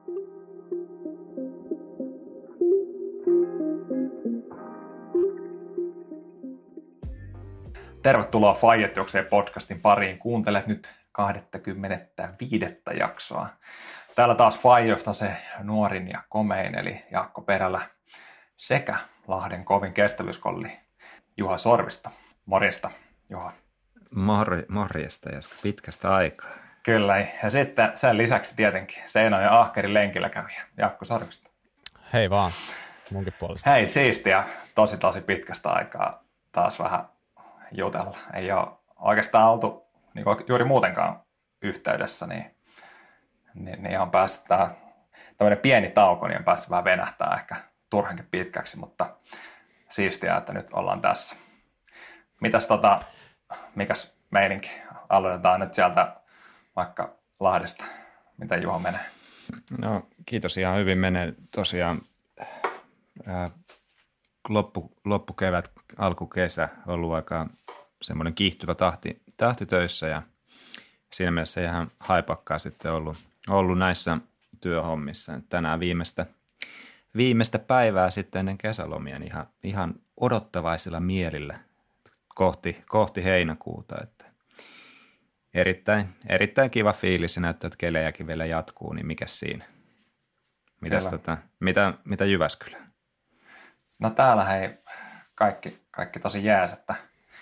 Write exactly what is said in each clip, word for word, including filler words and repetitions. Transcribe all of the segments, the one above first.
Tervetuloa Faijat-juoksee podcastin pariin. Kuuntelet nyt kaksikymmentäviisi jaksoa. Täällä taas Faijosta se nuorin ja komein, eli Jaakko Perälä sekä Lahden kovin kestävyyskolli Juha Sorvisto. Morjesta, Juha. Mor- morjesta, Jaska. Pitkästä aikaa. Kyllä, ja sitten sen lisäksi tietenkin Seinäjoen ahkerin lenkillä kävijä Jaakko Sorvisto. Hei vaan, munkin puolesta. Hei, siistiä. Tosi tosi pitkästä aikaa taas vähän jutella. Ei ole oikeastaan oltu niin juuri muutenkaan yhteydessä, niin, niin, niin on päässyt tämä tämmöinen pieni tauko, niin on päässyt vähän venähtää ehkä turhankin pitkäksi, mutta siistiä, että nyt ollaan tässä. Mitäs tota, mikäs meininki? Aloitetaan nyt sieltä vaikka Lahdesta. Miten Juha menee? No kiitos, ihan hyvin menee tosiaan. Ää, loppu, loppukevät, alkukesä on ollut aika semmoinen kiihtyvä tahti, tahti töissä ja siinä mielessä ihan haipakkaa sitten ollut, ollut näissä työhommissa. Tänään viimeistä, viimeistä päivää sitten ennen kesälomia niin ihan, ihan odottavaisilla mielillä kohti, kohti heinäkuuta. Että erittäin, erittäin kiva fiilis ja näyttää, että kelejäkin vielä jatkuu, niin mikäs siinä? Mitäs tota, mitä, mitä Jyväskylä? No täällä hei kaikki, kaikki tosi jääs, että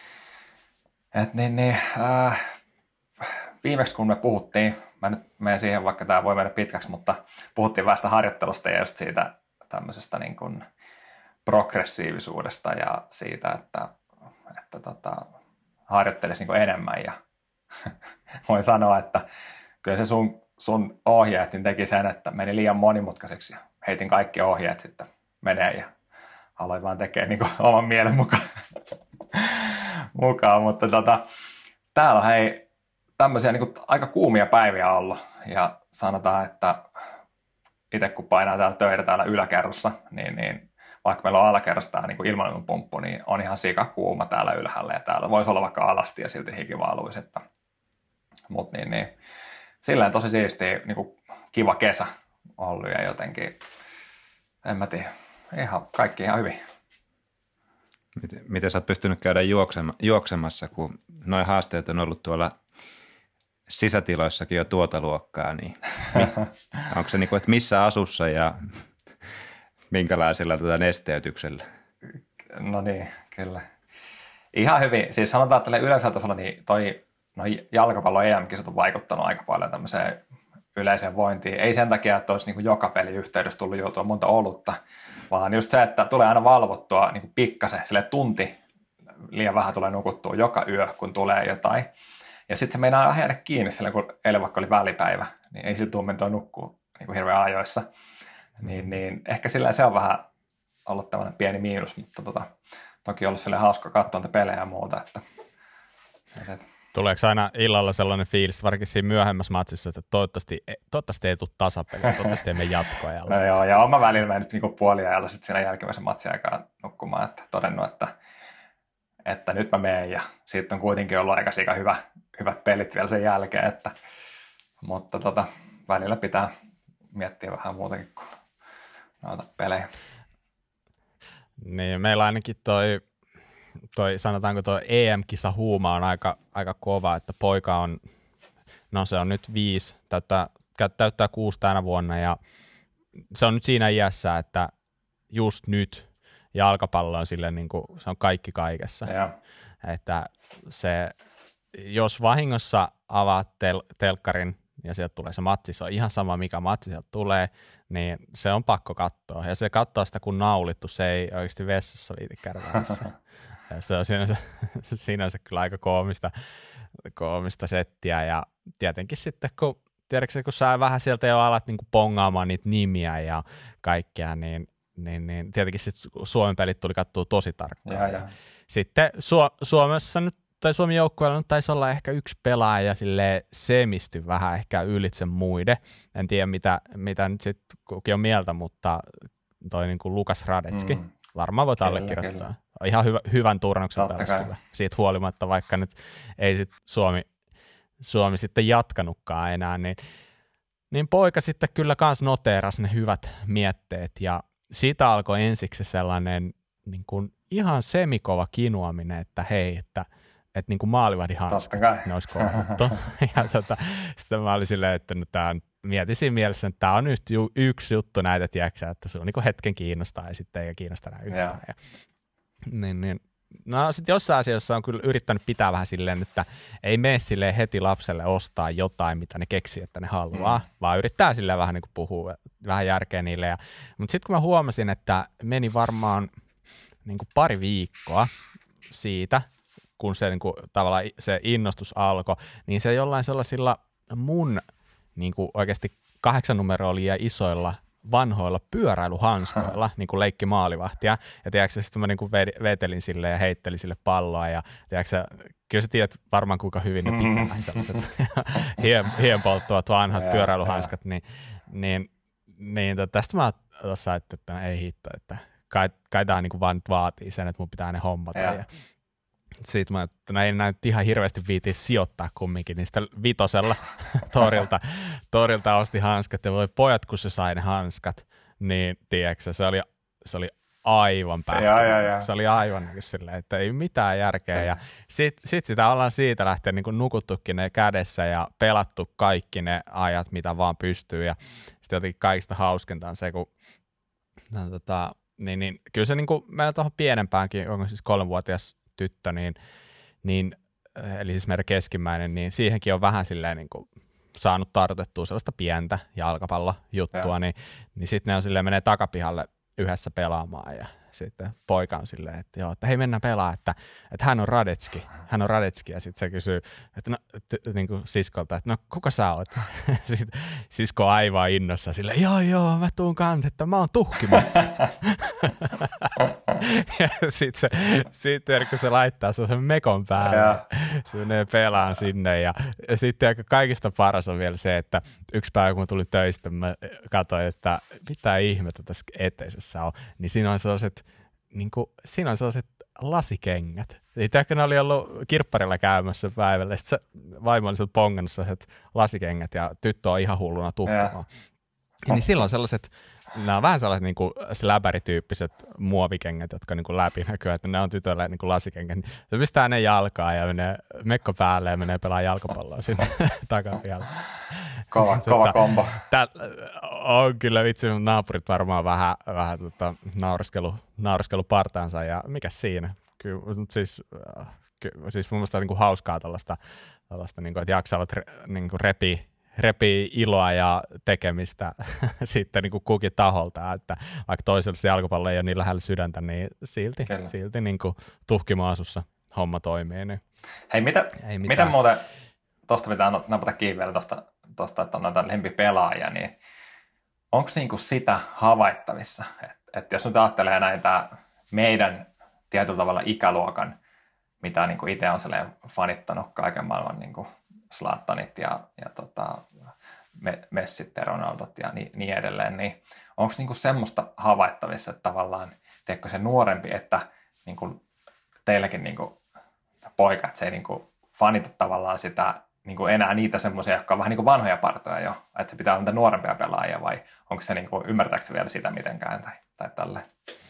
et niin, niin, äh, viimeksi kun me puhuttiin, mä nyt menen siihen, vaikka tämä voi mennä pitkäksi, mutta puhuttiin vähän sitä harjoittelusta ja just siitä tämmöisestä niin kuin progressiivisuudesta ja siitä, että, että tota, harjoittelisi niin kuin enemmän ja voin sanoa, että kyllä se sun, sun ohjeet niin teki sen, että meni liian monimutkaiseksi ja heitin kaikki ohjeet sitten menee ja aloin vaan tekemään niin kuin oman mielen mukaan, mukaan. mutta tota, täällä on hei tämmöisiä niin kuin aika kuumia päiviä ollut ja sanotaan, että itse kun painaa täällä töitä täällä yläkerrossa, niin, niin vaikka meillä on alakerrassa tämä niin ilmanilmapumppu, niin on ihan sikakuuma täällä ylhäällä ja täällä voisi olla vaikka alasti ja silti hiki valuisi. Että, mutta niin, niin, silleen tosi siistiä, niin kuin kiva kesä ollut ja jotenkin, en mä tiedä, ihan, kaikki ihan hyvin. Miten, miten sä oot pystynyt käydä juoksema, juoksemassa, kun noin haasteet on ollut tuolla sisätiloissakin jo tuota luokkaa, niin onko se niin kuin, että missä asussa ja minkälaisella tuota nesteytyksellä? No niin, kyllä. Ihan hyvin. Siis sanotaan, että yleisellä tasolla niin toi no jalkapallon E M-kisat on vaikuttanut aika paljon tämmöiseen yleiseen vointiin. Ei sen takia, että olisi niin kuin joka pelin yhteydessä tullut juotua monta olutta, vaan just se, että tulee aina valvottua niin kuin pikkasen, sille tunti liian vähän tulee nukuttua joka yö, kun tulee jotain. Ja sitten se meinaa jäädä kiinni sillä, kun eilen vaikka oli välipäivä, niin ei sillä tule mentyä nukkua niin kuin hirveän ajoissa. Niin, niin ehkä sillä se on vähän ollut tämmöinen pieni miinus, mutta tota, toki ollut silleen hauska katsoa niitä pelejä ja muuta. Että, että. Tuleeko aina illalla sellainen fiilis, varsinkin siinä myöhemmässä matsissa, että toivottavasti, toivottavasti ei tule tasapeliä, toivottavasti ei mene jatkoajalla? No joo, ja olen välillä mennyt niin puoliajalla sitten siinä jälkimmäisen matsin aikaan nukkumaan, että todennut, että, että nyt mä menen ja siitä on kuitenkin ollut aika sika hyvä, hyvät pelit vielä sen jälkeen, että, mutta tota, välillä pitää miettiä vähän muutakin kuin noita pelejä. Niin, meillä ainakin toi, toi sanotaanko toi E M-kisa huuma on aika, aika kova, että poika on, no se on nyt viisi, täyttää, täyttää kuusi tänä vuonna ja se on nyt siinä iässä, että just nyt jalkapallo on silleen niin kuin, se on kaikki kaikessa. Ja. Että se, jos vahingossa avaat tel- telkkarin ja sieltä tulee se matsi, se on ihan sama mikä matsi sieltä tulee, niin se on pakko katsoa. Ja se katsoo sitä kun naulittu, se ei oikeasti vessassa viiti käydä välissä. Se on sinänsä, sinänsä kyllä aika koomista, koomista settiä ja tietenkin sitten kun, tiedätkö, kun sä vähän sieltä jo alat niin kuin pongaamaan niitä nimiä ja kaikkea, niin, niin, niin tietenkin sitten Suomen pelit tuli katsoa tosi tarkkaan. Ja, ja. Sitten Su- Suomessa nyt tai Suomen joukkueella nyt taisi olla ehkä yksi pelaaja silleen semisti vähän ehkä ylitse muiden. En tiedä mitä, mitä nyt sitten kukin on mieltä, mutta toi niin kuin Lukas Radetski mm. varmaan voit allekirjoittaa. Kyllä. Ihan hyvä, hyvän turnauksen pelasi siitä huolimatta, vaikka nyt ei sit Suomi, Suomi sitten jatkanutkaan enää, niin niin poika sitten kyllä kans noteerasi ne hyvät mietteet ja siitä alkoi ensiksi sellainen niin kuin ihan semikova kinuaminen, että hei, että että niin kuin maalivahdin hanskat, ne olisi kova juttu. Ja tota, sitten mä olin silleen, että no tää on, mietin siinä mielessä, että tämä on nyt ju, yksi juttu näitä, tiedätkö, että se on niin kuin hetken kiinnostaa ja sitten ei kiinnosta enää yhtään. Ja, niin, niin. No sitten jossain asiassa on kyllä yrittänyt pitää vähän silleen, että ei mene silleen heti lapselle ostaa jotain, mitä ne keksii, että ne haluaa, mm. vaan yrittää silleen vähän niin kuin puhua, vähän järkeä niille. Ja, mutta sitten kun mä huomasin, että meni varmaan niin kuin pari viikkoa siitä, kun se, niin kuin, tavallaan se innostus alkoi, niin se jollain sellaisilla mun niin kuin oikeasti kahdeksan numeroa liian isoilla vanhoilla pyöräilyhanskoilla niin kuin leikki maalivahtia. Ja tiedätkö, sitten mä niin kuin vetelin sille ja heittelin sille palloa. Ja tiedätkö, kyllä sä tiedät varmaan kuinka hyvin ne pitää mm. sellaiset hien, hien polttuvat vanhat ja, pyöräilyhanskat. Niin, niin, niin tästä mä tuossa ajattelin, että ei hitto, että kai, kai tämä niin kuin vaan nyt vaatii sen, että mun pitää ne hommata. Ja. Ja sitten mä, että no ei näin ihan hirveästi viitiin sijoittaa kumminkin, niin sitten vitosella torilta, torilta osti hanskat, ja voi pojat, kun se sai ne hanskat, niin tiedätkö, se oli, se oli aivan pähkinä. Se oli aivan niin silleen, että ei mitään järkeä, ja sitten sit sitä ollaan siitä lähtien niin nukuttukin ne kädessä, ja pelattu kaikki ne ajat, mitä vaan pystyy, ja sitten jotenkin kaikista hauskinta on se, kun no, tota, niin, niin, kyllä se niin kuin, meillä tuohon pienempäänkin, onko siis kolmevuotias tyttö, niin, niin, eli siis meidän keskimmäinen, niin siihenkin on vähän silleen niin kuin saanut tartutettua sellaista pientä jalkapallojuttua, niin, niin sitten ne on silleen, menee takapihalle yhdessä pelaamaan ja sitten poika on silleen, että joo, että hei mennään pelaa, että, että hän on Radetski, hän on Radetski ja sitten se kysyy, että no, t- niin kuin siskolta, että no kuka sä oot? Sitten sisko on aivan innossa silleen, joo joo, mä tuun kanssa, että mä oon Tuhkimo. Ja sitten se, sitten kun se laittaa sen mekon päälle, ja se menee pelaan sinne ja, ja sitten kaikista paras on vielä se, että yksi päivä kun mä tulin töistä, mä katsoin, että mitä ihmettä tässä eteisessä on, niin siinä on sellaiset, niin kuin, siinä on sellaiset lasikengät. Eli tiedätkö, ne oli ollut kirpparilla käymässä päivällä, sitten se vaimo oli pongannut sellaiset lasikengät ja tyttö on ihan hulluna Tuhkimoa. Niin silloin sellaiset, nämä on vähän sellaiset niin kuin släbärityyppiset muovikengät, jotka niin kuin läpinäkyy, että ne on tytölle niin kuin lasikengät. Se pistää ne jalkaan ja menee mekko päälle ja menee pelaa jalkapalloa sinne takapialle. Kova, tota, kova kombo. Tää on kyllä vitsi, naapurit varmaan vähän, vähän tota, naureskelu, naureskelu partaansa ja mikä siinä? Kyllä, siis, ky, siis mun mielestä on niin kuin hauskaa tällaista, tällaista niin kuin, että jaksavat re, niin kuin repii, repii iloa ja tekemistä sitten niin kuin kukin taholta, että vaikka toisella se jalkapallo ei ole niin lähellä sydäntä, niin silti, silti niin kuin Tuhkimo-asussa homma toimii. Niin hei, mitä, miten muuten, tuosta pitää napata kiinni vielä tuosta, tuosta että on näitä lempipelaajia, niin onko niinku sitä havaittavissa, että et jos nyt ajattelee näitä meidän tietyllä tavalla ikäluokan, mitä niinku itse on fanittanut kaiken maailman niinku Zlatanit ja, ja tota, Messit ja Ronaldot ja niin, niin edelleen, niin onko niinku semmoista havaittavissa, että tavallaan teekö se nuorempi, että niinku teilläkin niinku poika, että se ei niinku fanita tavallaan sitä niinku enää niitä semmoisia, jotka on vähän niinku vanhoja partoja jo, että se pitää olla niitä nuorempia pelaajia vai onko se niinku, ymmärtääkö se vielä sitä mitenkään tai, tai tälleen?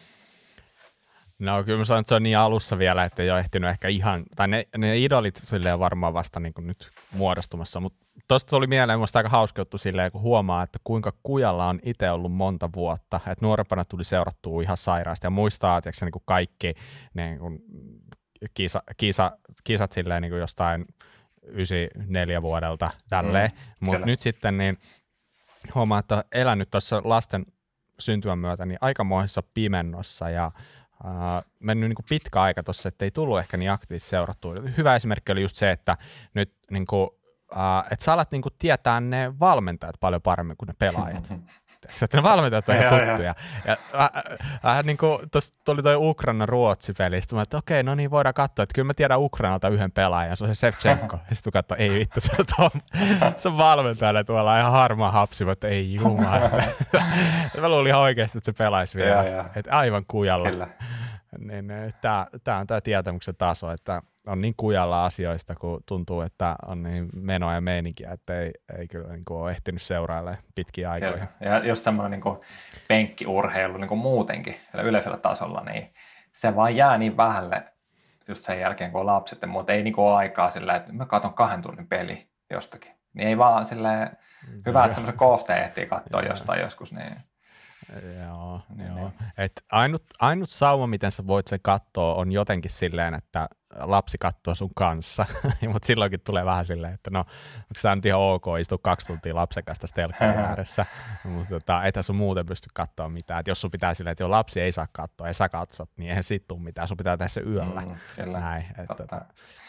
No kyllä mä sanon, että se on niin alussa vielä, että ei ole ehtinyt ehkä ihan, tai ne, ne idolit silleen varmaan vasta niin kuin nyt muodostumassa, mutta tuosta tuli mieleen musta aika hauska juttu silleen, kun huomaa, että kuinka Kujalla on itse ollut monta vuotta, että nuorempana tuli seurattua ihan sairaasti ja muistaa, että niin kuin kaikki ne niin kuin kisa, kisa, kisat silleen niin kuin jostain yhdeksänkymmentäneljä vuodelta tälleen, mm, mutta nyt sitten niin huomaa, että on elänyt tuossa lasten syntymän myötä niin aikamoisessa pimennossa ja Uh, mennyt niin kuin pitkä aika tuossa, että ei tullut ehkä niin aktiivisesti seurattua. Hyvä esimerkki oli just se, että nyt niin kuin, uh, et sä alat niin kuin tietää ne valmentajat paljon paremmin kuin ne pelaajat. Että ne valmentajat on ihan tuttuja. Ja, äh, äh, niin kuin tuossa tuli toi Ukraina-Ruotsi-peli, sitten mä että okei, no niin voidaan katsoa, että kyllä mä tiedän Ukrainalta yhden pelaajan, se on se Shevchenko. Ja sitten katsoin, ei vittu, se on, Tom, se on valmentajana tuolla ihan harmaa hapsi, mutta ei jumala. Mä luulin ihan oikeasti, että se pelaisi vielä. Että aivan kujalla. Niin, tämä on tämä tietämyksen taso, että on niin kujalla asioista, kun tuntuu, että on niin menoa ja meininkiä, että ei, ei kyllä niin kuin ole ehtinyt seurailla pitkiä aikoja. Ja just semmoinen niin kuin penkkiurheilu niin kuin muutenkin yleisellä tasolla, niin se vaan jää niin vähälle just sen jälkeen, kun on lapset, mutta ei niin kuin ole aikaa sillä, että mä katson kahden tunnin peli jostakin. Niin ei vaan silleen, hyvä, että semmoisen koosteen ehtii katsoa jostain joskus. Niin. Joo, niin, joo. niin. Et ainut, ainut sauma, miten sä voit sen katsoa, on jotenkin silleen, että lapsi katsoo sun kanssa, mutta silloinkin tulee vähän silleen, että no, onko tämä nyt ihan ok istua kaksi tuntia lapsen kanssa tässä telkkarin ääressä, mutta tota, ethän sun muuten pysty katsoa mitään. Et jos sun pitää silleen, että jo lapsi ei saa katsoa ja sä katsot, niin eihän siitä tule mitään, sun pitää tehdä se yöllä. Mm, kyllä. Näin, että,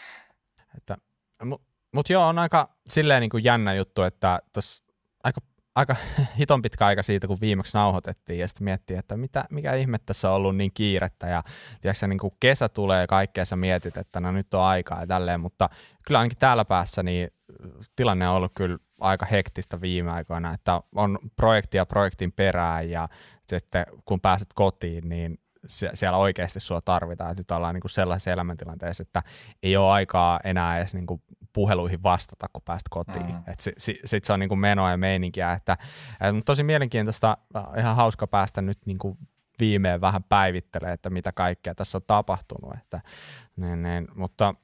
että, mutta mut joo, on aika silleen niin kuin jännä juttu, että tuossa aika aika hiton pitkä aika siitä, kun viimeksi nauhoitettiin ja sitten miettii, että mitä, mikä ihme tässä on ollut niin kiirettä ja tiedätkö, niin kuin kesä tulee ja kaikkea sä mietit, että no nyt on aikaa ja tälleen, mutta kyllä ainakin täällä päässä niin tilanne on ollut kyllä aika hektistä viime aikoina, että on projektia projektin perään ja sitten kun pääset kotiin, niin siellä oikeasti sua tarvitaan, että nyt ollaan niin kuin sellaisessa elämäntilanteessa, että ei ole aikaa enää edes niin kuin puheluihin vastata, kun pääst kotiin. Mm. Sitten si, sit se on niin kuin menoa ja meininkiä. Että, et, tosi mielenkiintoista, ihan hauska päästä nyt niin kuin viimein vähän päivittelemään, että mitä kaikkea tässä on tapahtunut. Että, niin, niin, mutta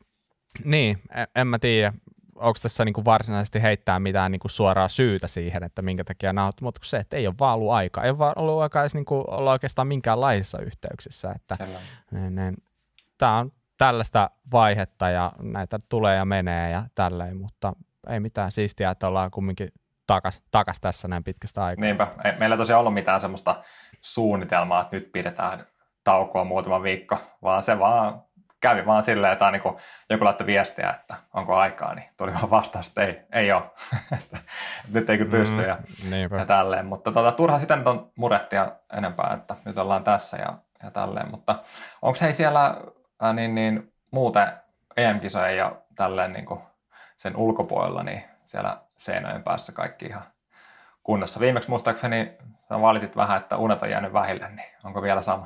niin, en, en mä tiedä, onko tässä niin kuin varsinaisesti heittää mitään niin kuin suoraa syytä siihen, että minkä takia nauhoittu, mutta se, että ei ole vaan ollut aikaa. Ei ole vaan ollut aikaa edes niin kuin olla oikeastaan minkäänlaisissa yhteyksissä. Että, niin, niin, tämä on tällaista vaihetta ja näitä tulee ja menee ja tälleen, mutta ei mitään siistiä, että ollaan kumminkin takas, takas tässä näin pitkästä aikaa. Niinpä. Ei, meillä ei tosiaan ollut mitään semmoista suunnitelmaa, että nyt pidetään taukoa muutama viikko, vaan se vaan kävi vaan silleen, että niin joku laittoi viestiä, että onko aikaa, niin tuli vaan vastaus, että ei, ei ole. Nyt ei kyllä pysty ja, mm, ja tälleen. Mutta tota, turha sitä nyt on murehtia enempää, että nyt ollaan tässä ja, ja tälleen. Mutta onko hei siellä äh, niin, niin, muuten E M-kisojen ja tälleen niin kuin sen ulkopuolella, niin siellä Seinäjoen päässä kaikki ihan kunnossa. Viimeksi muistaakseni sä valitit vähän, että unet on jäänyt vähille, niin onko vielä sama?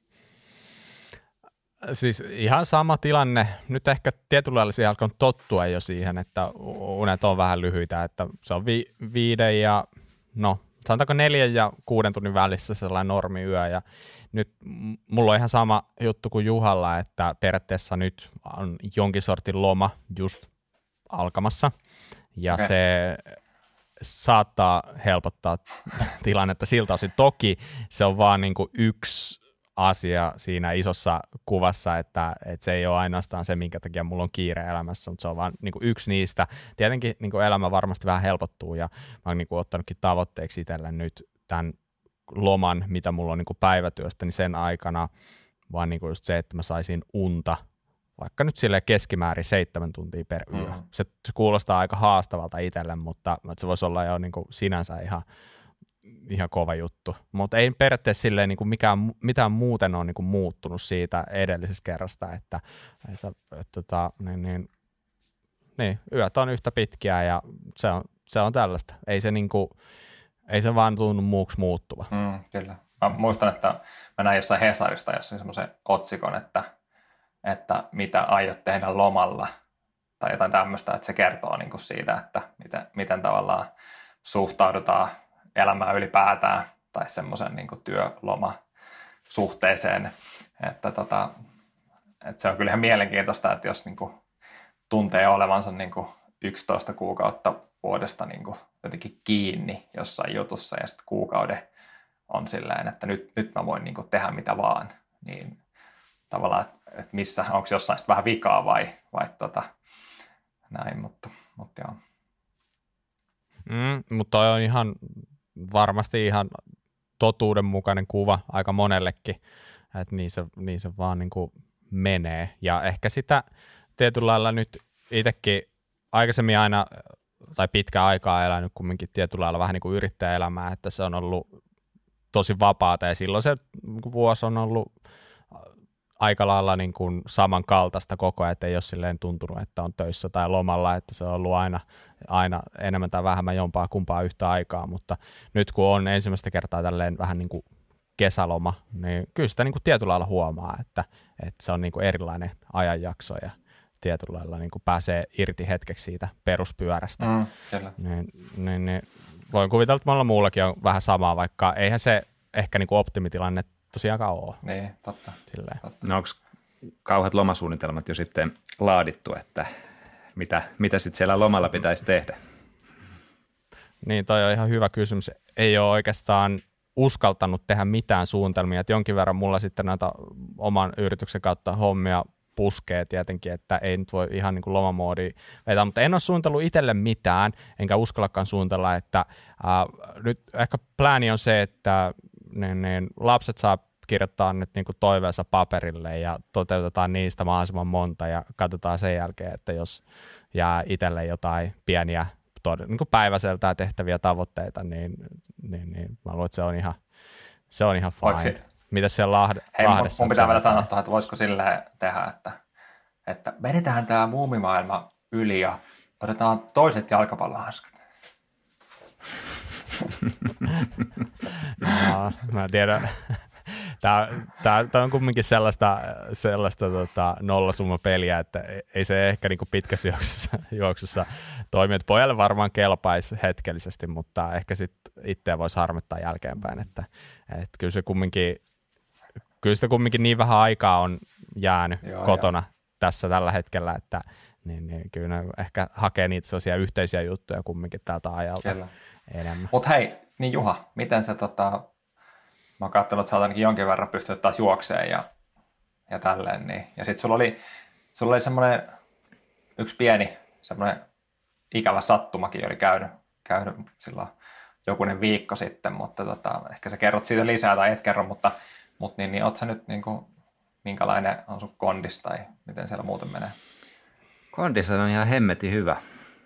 Siis ihan sama tilanne. Nyt ehkä tietyllä lailla siihen alkanut tottua jo siihen, että unet on vähän lyhyitä, että se on vi- viiden ja no sanotaanko neljän ja kuuden tunnin välissä sellainen normiyö ja nyt mulla on ihan sama juttu kuin Juhalla, että periaatteessa nyt on jonkin sortin loma just alkamassa ja okay. Se saattaa helpottaa tilannetta siltä osin. Toki se on vaan niin kuin yksi asia siinä isossa kuvassa, että, että se ei ole ainoastaan se, minkä takia mulla on kiire elämässä, mutta se on vaan niin kuin yksi niistä. Tietenkin niin kuin elämä varmasti vähän helpottuu ja mä oon niin kuin ottanutkin tavoitteeksi itselle nyt tämän loman, mitä mulla on niin kuin päivätyöstä, niin sen aikana vaan niin kuin just se, että mä saisin unta, vaikka nyt silleen keskimäärin seitsemän tuntia per yö. Mm-hmm. Se, se kuulostaa aika haastavalta itselle, mutta se voisi olla jo niin kuin sinänsä ihan ihan kova juttu, mutta ei periaatteessa silleen niin kuin mikään, mitään muuten on niin kuin muuttunut siitä edellisestä kerrasta, että, että, että, että niin, niin, niin, yöt on yhtä pitkiä ja se on, se on tällaista. Ei se, niin kuin, ei se vaan tunnu muuksi muuttuva. Mm, kyllä. Mä muistan, että mä näin jossain Hesarista jossain semmoisen otsikon, että, että mitä aiot tehdä lomalla tai jotain tämmöistä, että se kertoo niin kuin siitä, että miten, miten tavallaan suhtaudutaan elämää ylipäätään tai semmoisen niin kuin työlomasuhteeseen, että, tota, että se on kyllä ihan mielenkiintoista, että jos niin kuin tuntee olevansa niin kuin yksitoista kuukautta vuodesta niin kuin jotenkin kiinni jossain jutussa ja sitten kuukauden on silleen, että nyt, nyt mä voin niin kuin tehdä mitä vaan, niin tavallaan, että missä, onko jossain sitten vähän vikaa vai, vai tota, näin, mutta, mutta joo. Mm, mutta toi on ihan varmasti ihan totuudenmukainen kuva aika monellekin, että niin se, niin se vaan niin kuin menee. Ja ehkä sitä tietyllä lailla nyt itsekin aikaisemmin aina, tai pitkään aikaa elänyt kumminkin tietyllä lailla vähän niin kuin yrittäjäelämää, että se on ollut tosi vapaata ja silloin se vuosi on ollut aika lailla niin kuin samankaltaista koko ajan, että ei ole silleen tuntunut, että on töissä tai lomalla, että se on ollut aina, aina enemmän tai vähemmän jompaa kumpaa yhtä aikaa, mutta nyt kun on ensimmäistä kertaa tälleen vähän niin kuin kesäloma, niin kyllä sitä niin kuin tietyllä lailla huomaa, että, että se on niin kuin erilainen ajanjakso ja tietyllä lailla niin kuin pääsee irti hetkeksi siitä peruspyörästä. Mm, kyllä. Niin, niin, niin, voin kuvitella, että monella muullakin on vähän samaa, vaikka eihän se ehkä niin kuin optimitilanne tosiaankaan ole. Niin, totta. totta. No onko kauheat lomasuunnitelmat jo sitten laadittu, että mitä, mitä sitten siellä lomalla pitäisi tehdä? Niin, toi on ihan hyvä kysymys. Ei ole oikeastaan uskaltanut tehdä mitään suunnitelmia, että jonkin verran mulla sitten näitä oman yrityksen kautta hommia puskee tietenkin, että ei nyt voi ihan niin kuin lomamoodia vetää, mutta en ole suunnitellut itselle mitään, enkä uskallakaan suunnitella, että äh, nyt ehkä plääni on se, että niin, niin, lapset saa kirjoittaa nyt niin kuin toiveensa paperille ja toteutetaan niistä mahdollisimman monta ja katsotaan sen jälkeen, että jos jää itselle jotain pieniä niin kuin päiväseltään tehtäviä tavoitteita, niin, niin, niin mä luulen, että se on ihan, se on ihan fine. Mitäs siellä Lahde, Hei, Lahdessa? mun pitää vielä sanoa tuohon, että voisiko silleen tehdä, että, että vedetään tämä muumimaailma yli ja otetaan toiset jalkapallohanskat. No, mä tiedän. Tämä, tämä, tämä on kumminkin sellaista, sellaista tota, nollasummapeliä, että ei se ehkä niin kuin pitkässä juoksussa, juoksussa toimi. Että pojalle varmaan kelpaisi hetkellisesti, mutta ehkä sitten itseä voisi harmittaa jälkeenpäin. Että, että kyllä, se kumminkin, kyllä sitä kumminkin niin vähän aikaa on jäänyt Joo, kotona jo. tässä tällä hetkellä, että niin, niin kyllä ne ehkä hakee niitä sellaisia yhteisiä juttuja kumminkin tältä ajalta kyllä. enemmän. Mutta hei, niin Juha, miten se... Tota... Mä oon katsonut, että sä oot ainakin jonkin verran pystynyt taas juokseen ja, ja tälleen. Niin. Ja sitten sulla oli, sulla oli semmoinen yksi pieni semmoinen ikävä sattumakin oli käynyt, käynyt silloin jokunen viikko sitten, mutta tota, ehkä sä kerrot siitä lisää tai et kerro, mutta, mutta niin, niin oot sä nyt niin kuin, minkälainen on sun kondis tai miten siellä muuten menee? Kondis on ihan hemmetin hyvä.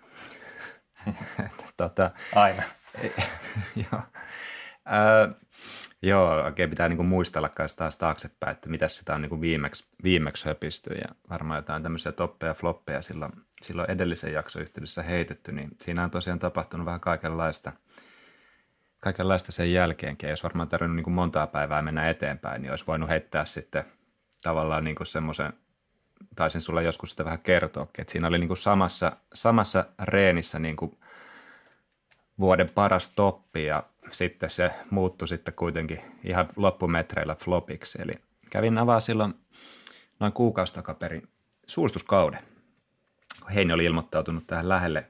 tota, Aina. Joo. Äh, Joo, oikein pitää niinku muistella kai taas taaksepäin, että mitä sitä on niinku viimeksi, viimeksi höpisty ja varmaan jotain tämmöisiä toppeja ja floppeja silloin, silloin edellisen jakson yhteydessä heitetty, niin siinä on tosiaan tapahtunut vähän kaikenlaista, kaikenlaista sen jälkeenkin. Ja jos varmaan tarvinnut niinku montaa päivää mennä eteenpäin, niin olisi voinut heittää sitten tavallaan niinku semmoisen, taisin sulla joskus sitä vähän kertoakin, että siinä oli niinku samassa, samassa reenissä niinku vuoden paras toppi ja sitten se muuttui sitten kuitenkin ihan loppumetreillä flopiksi. Eli kävin avaa silloin noin kuukausi takaperin suustuskauden, kun Heini oli ilmoittautunut tähän lähelle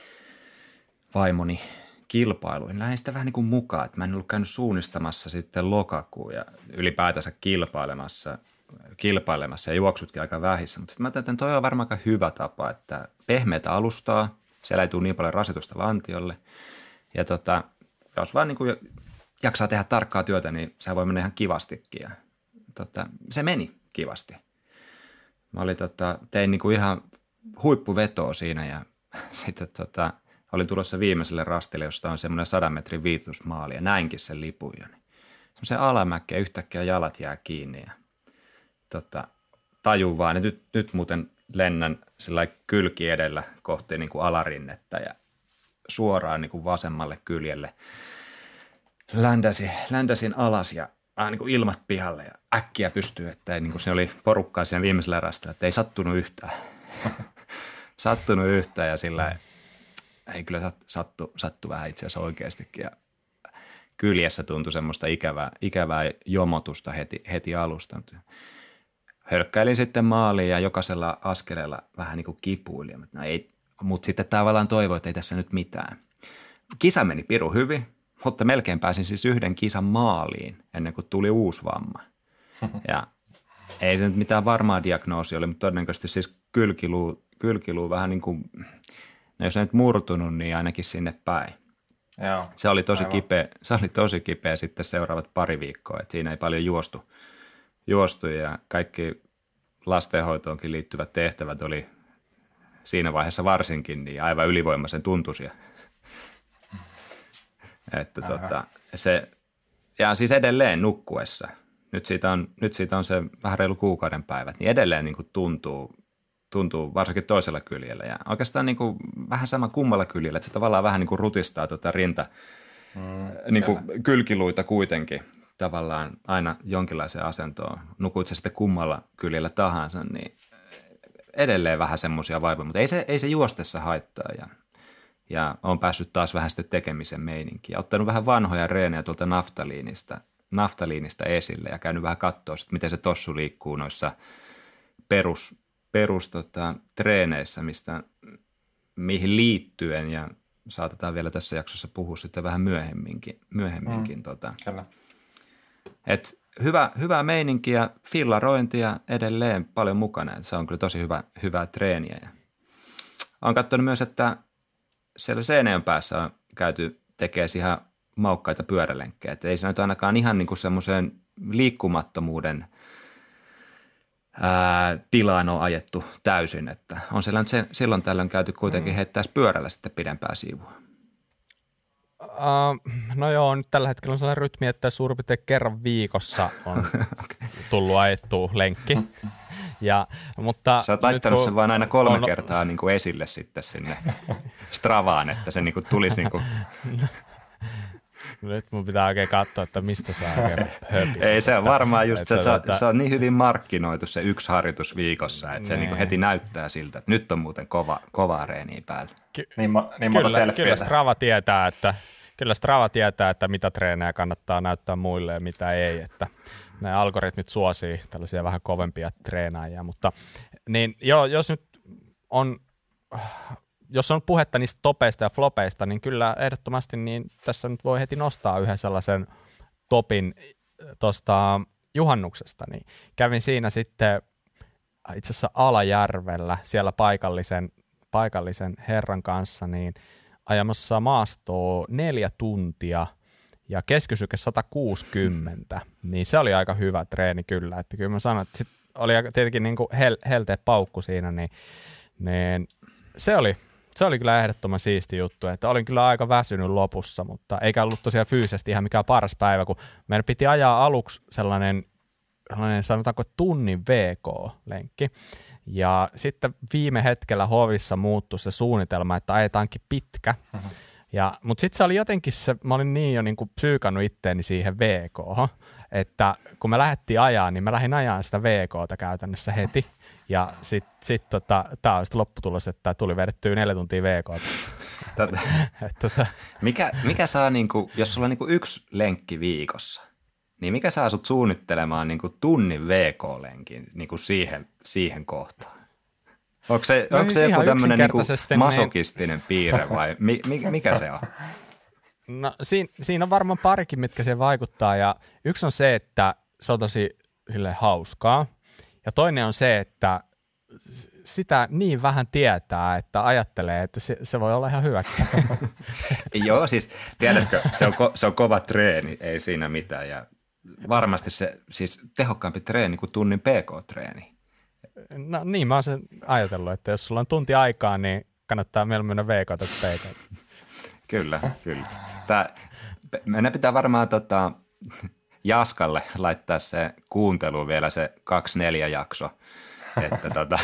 vaimoni kilpailuun. Lähdin sitä vähän niin kuin mukaan, että mä en ollut käynyt suunnistamassa sitten lokakuun ja ylipäätänsä kilpailemassa, kilpailemassa ja juoksutkin aika vähissä. Mutta sitten mä ajattelin, että toi on varmaan aika hyvä tapa, että pehmeätä alustaa, siellä ei tule niin paljon rasitusta lantiolle ja tota, jos vaan niin kuin jaksaa tehdä tarkkaa työtä, niin se voi mennä ihan kivastikin. Ja, tota, se meni kivasti. Mä olin, tota, tein niin kuin ihan huippuvetoa siinä ja sitten tota, olin tulossa viimeiselle rastille, josta on semmoinen sadan metrin viitusmaali ja näinkin sen lipun jo. Niin semmoisen alamäkeen yhtäkkiä jalat jää kiinni ja tota, tajun vaan, että nyt, nyt muuten lennän sillä kylki edellä kohti niin kuin alarinnetta ja suoraan niin kuin vasemmalle kyljelle. Ländäsin, ländäsin alas ja äh, niin kuin ilmat pihalle ja äkkiä pystyy, että ei, niin kuin se oli porukkaa siinä viimeisellä rastilla, että ei sattunut yhtään. sattunut yhtään ja sillä ei kyllä sattu, sattu vähän itse asiassa oikeastikin. Ja kyljessä tuntui semmoista ikävää, ikävää jomotusta heti, heti alusta. Hölkkäilin sitten maaliin ja jokaisella askeleella vähän niin kuin kipuili. No ei, mutta sitten tavallaan toivoi, että ei tässä nyt mitään. Kisa meni pirun hyvin, mutta melkein pääsin siis yhden kisan maaliin ennen kuin tuli uusi vamma. Ja ei se nyt mitään varmaa diagnoosia oli, mutta todennäköisesti siis kylkiluu, kylkiluu vähän niin kuin, no jos ei nyt murtunut, niin ainakin sinne päin. Joo, se oli tosi aivan. kipeä, se oli tosi kipeä sitten seuraavat pari viikkoa, että siinä ei paljon juostu, juostu ja kaikki lastenhoitoonkin liittyvät tehtävät oli siinä vaiheessa varsinkin niin aivan ylivoimaisen tuntuisia. Että tota, se, ja siis edelleen nukkuessa, nyt siitä on, nyt siitä on se vähän reilu kuukauden päivät, niin edelleen niin kuin tuntuu, tuntuu varsinkin toisella kyljellä ja oikeastaan niin kuin vähän sama kummalla kyljellä, että se tavallaan vähän niin kuin rutistaa tuota rinta, mm, niin kuin kylkiluita kuitenkin, tavallaan aina jonkinlaiseen asentoon, nukuit se sitten kummalla kyljellä tahansa, niin edelleen vähän semmoisia vaivoja, mutta ei se, ei se juostessa haittaa ja, ja on päässyt taas vähän sitten tekemisen meininkiä. Ottanut vähän vanhoja reenejä tuolta naftaliinista, naftaliinista esille ja käynyt vähän katsoa, että miten se tossu liikkuu noissa perus, perus tota, treeneissä, mistä, mihin liittyen ja saatetaan vielä tässä jaksossa puhua sitten vähän myöhemminkin. myöhemminkin mm, tota. Et hyvä, hyvää meininkiä, fillarointia edelleen paljon mukana. Et se on kyllä tosi hyvä, hyvää treeniä. Ja olen katsonut myös, että siellä Seinäjoen päässä on käyty tekemään ihan maukkaita pyörälenkkejä. Et ei se nyt ainakaan ihan niinku semmoiseen liikkumattomuuden ää, tilaan on ajettu täysin. Että on siellä nyt se, silloin tällöin käyty kuitenkin heittäisi pyörällä sitten pidempää siivua. Uh, no joo, nyt tällä hetkellä on sellainen rytmi, että suurin piirtein kerran viikossa on okay. tullut ajettua lenkki. Ja, mutta sä oot laittanut sen vain aina kolme on, kertaa niin kuin esille sitten sinne Stravaan, että se niin kuin tulisi niin kuin... Nyt mun pitää oikein katsoa, että mistä sä oikein höpisit. Ei se on varmaan just että, se, että että, se on niin hyvin markkinoitu se yksi harjoitus viikossa, että ne. se niin kuin heti näyttää siltä, että nyt on muuten kova, kovaa reeniä päällä. Ky- niin, niin kyllä, kyllä Strava tietää, että Kyllä Strava tietää, että mitä treenejä kannattaa näyttää muille ja mitä ei, että ne algoritmit suosii tällaisia vähän kovempia treenaajia, mutta niin joo, jos nyt on, jos on puhetta niistä topeista ja flopeista, niin kyllä ehdottomasti niin tässä nyt voi heti nostaa yhden sellaisen topin tuosta juhannuksesta, niin kävin siinä sitten itse asiassa Alajärvellä siellä paikallisen, paikallisen herran kanssa, niin ajamassa maastoa neljä tuntia ja keskisyke sata kuusikymmentä, niin se oli aika hyvä treeni kyllä, että kyllä mä sanoin, että sit oli tietenkin niin kuin hel, helteä paukku siinä, niin, niin se, oli, se oli kyllä ehdottoman siisti juttu, että olin kyllä aika väsynyt lopussa, mutta eikä ollut tosiaan fyysisesti ihan mikään paras päivä, kun meidän piti ajaa aluksi sellainen, sellainen sanotaanko tunnin V K-lenkki, ja sitten viime hetkellä hovissa muuttui se suunnitelma, että ajetaankin pitkä. Uh-huh. Ja, mutta sitten se oli jotenkin se, mä olin niin jo niin kuin psyykannut itteeni siihen V K:hon, että kun me lähdettiin ajaa, niin mä lähdin ajaa sitä V K:ta käytännössä heti. Ja sitten sit, tota, tämä oli sitten lopputulos, että tuli vedettyä neljä tuntia V K:ta. Tota, tota. mikä, mikä saa, niinku, jos sulla on niinku yksi lenkki viikossa, niin mikä saa sut suunnittelemaan niin kuin tunnin V K-lenkin niin kuin siihen, siihen kohtaan? Onko se, no onko se joku tämmöinen niin kuin masokistinen piirre vai mi, mi, mikä se on? No siinä, siinä on varmaan parikin, mitkä siihen vaikuttaa. Ja yksi on se, että se on tosi sille hauskaa. Ja toinen on se, että sitä niin vähän tietää, että ajattelee, että se, se voi olla ihan hyväkin. Joo, siis tiedätkö, se on, ko, se on kova treeni, ei siinä mitään ja varmasti se siis tehokkaampi treeni kuin tunnin P K-treeni. No niin, mä oon sen ajatellut, että jos sulla on tunti aikaa, niin kannattaa mieluummin V K tai P K. Kyllä, kyllä. Tää, meidän pitää varmaan tota, Jaskalle laittaa se kuuntelu vielä se kaksi neljä jakso. Että tota,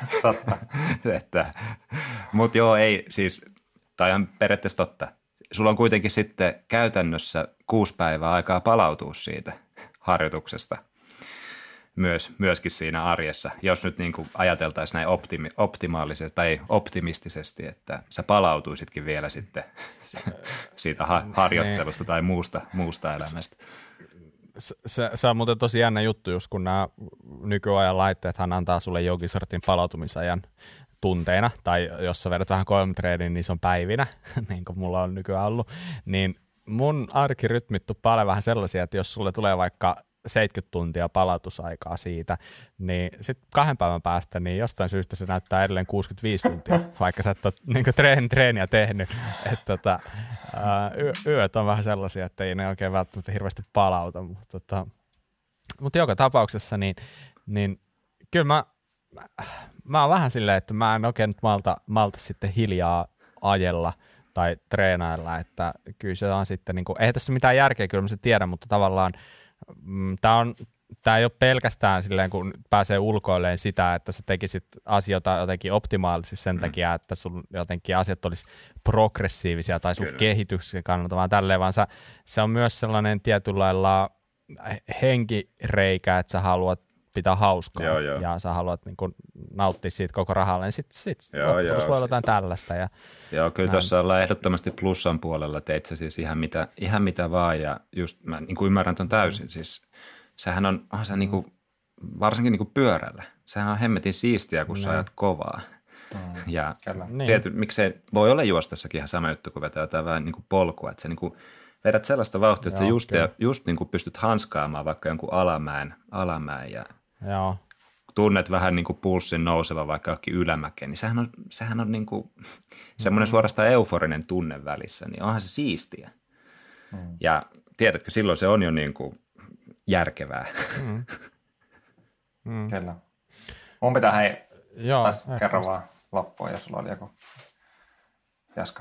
että, mut joo, ei siis, tai on periaatteessa totta. Sulla on kuitenkin sitten käytännössä kuusi päivää aikaa palautua siitä harjoituksesta myös, myöskin siinä arjessa, jos nyt niin kuin ajateltaisiin näin optimi, optimaalisesti tai optimistisesti, että sä palautuisitkin vielä sitten siitä ha- harjoittelusta tai muusta, muusta elämästä. Se, se, se on muuten tosi jännä juttu, just kun nämä nykyajan laitteethan antaa sulle jonkin sortin palautumisajan tunteina, tai jos sä vedät vähän kovemmin niin se on päivinä, niin kuin mulla on nykyään ollut, niin mun arkirytmit tuppaa vähän sellaisia, että jos sulle tulee vaikka seitsemänkymmentä tuntia palautusaikaa siitä, niin sitten kahden päivän päästä, niin jostain syystä se näyttää edelleen kuusikymmentäviisi tuntia, vaikka sä et ole niin treen, treeniä tehnyt. Et, tota, yö, yöt on vähän sellaisia, että ei ne oikein välttämättä hirveästi palauta, mutta, tota, mutta joka tapauksessa, niin, niin kyllä mä, mä oon vähän silleen, että mä en oikein nyt malta, malta sitten hiljaa ajella tai treenailla, että kyllä se on sitten, niin kuin, eihän tässä mitään järkeä, kyllä mä se tiedän, mutta tavallaan Tämä, on, tämä ei ole pelkästään silleen, kun pääsee ulkoilleen sitä, että sä tekisit asioita jotenkin optimaalisesti sen mm. takia, että sun jotenkin asiat olisi progressiivisia tai sun Kyllä. kehityksen kannalta, vaan tälleen, vaan sä, se on myös sellainen tietyllä lailla henkireikä, että sä haluat pitää hauskaa joo, joo. ja sä haluat niin kun nauttia siitä koko rahalla, niin sitten sit joo, joo, voi olla jotain tällaista. Ja joo, kyllä tuossa ollaan ehdottomasti plussan puolella, teit sä siis ihan mitä, ihan mitä vaan ja just mä niin kuin ymmärrän ton täysin, siis sehän on, on se niin kuin, varsinkin niin kuin pyörällä, sehän on hemmetin siistiä, kun sä ajat kovaa. Mm, ja niin. tietysti miksei voi olla juostessakin ihan sama juttu, kun vetää jotain vähän niin kuin polkua, että sä niin kuin vedät sellaista vauhtia, että joo, sä just, ja, just niin kuin pystyt hanskaamaan vaikka jonkun alamäen, alamäen ja joo. tunnet vähän niin kuin pulssin nouseva vaikka johonkin ylämäkeen, niin sehän on, sehän on niin kuin semmoinen suorastaan euforinen tunne välissä, niin onhan se siistiä. Mm. Ja tiedätkö, silloin se on jo niin kuin järkevää. Mm. Mm. Kyllä. Mun pitää hei, joo, taas kerran vaan loppuun, jos sulla oli joku Jaska.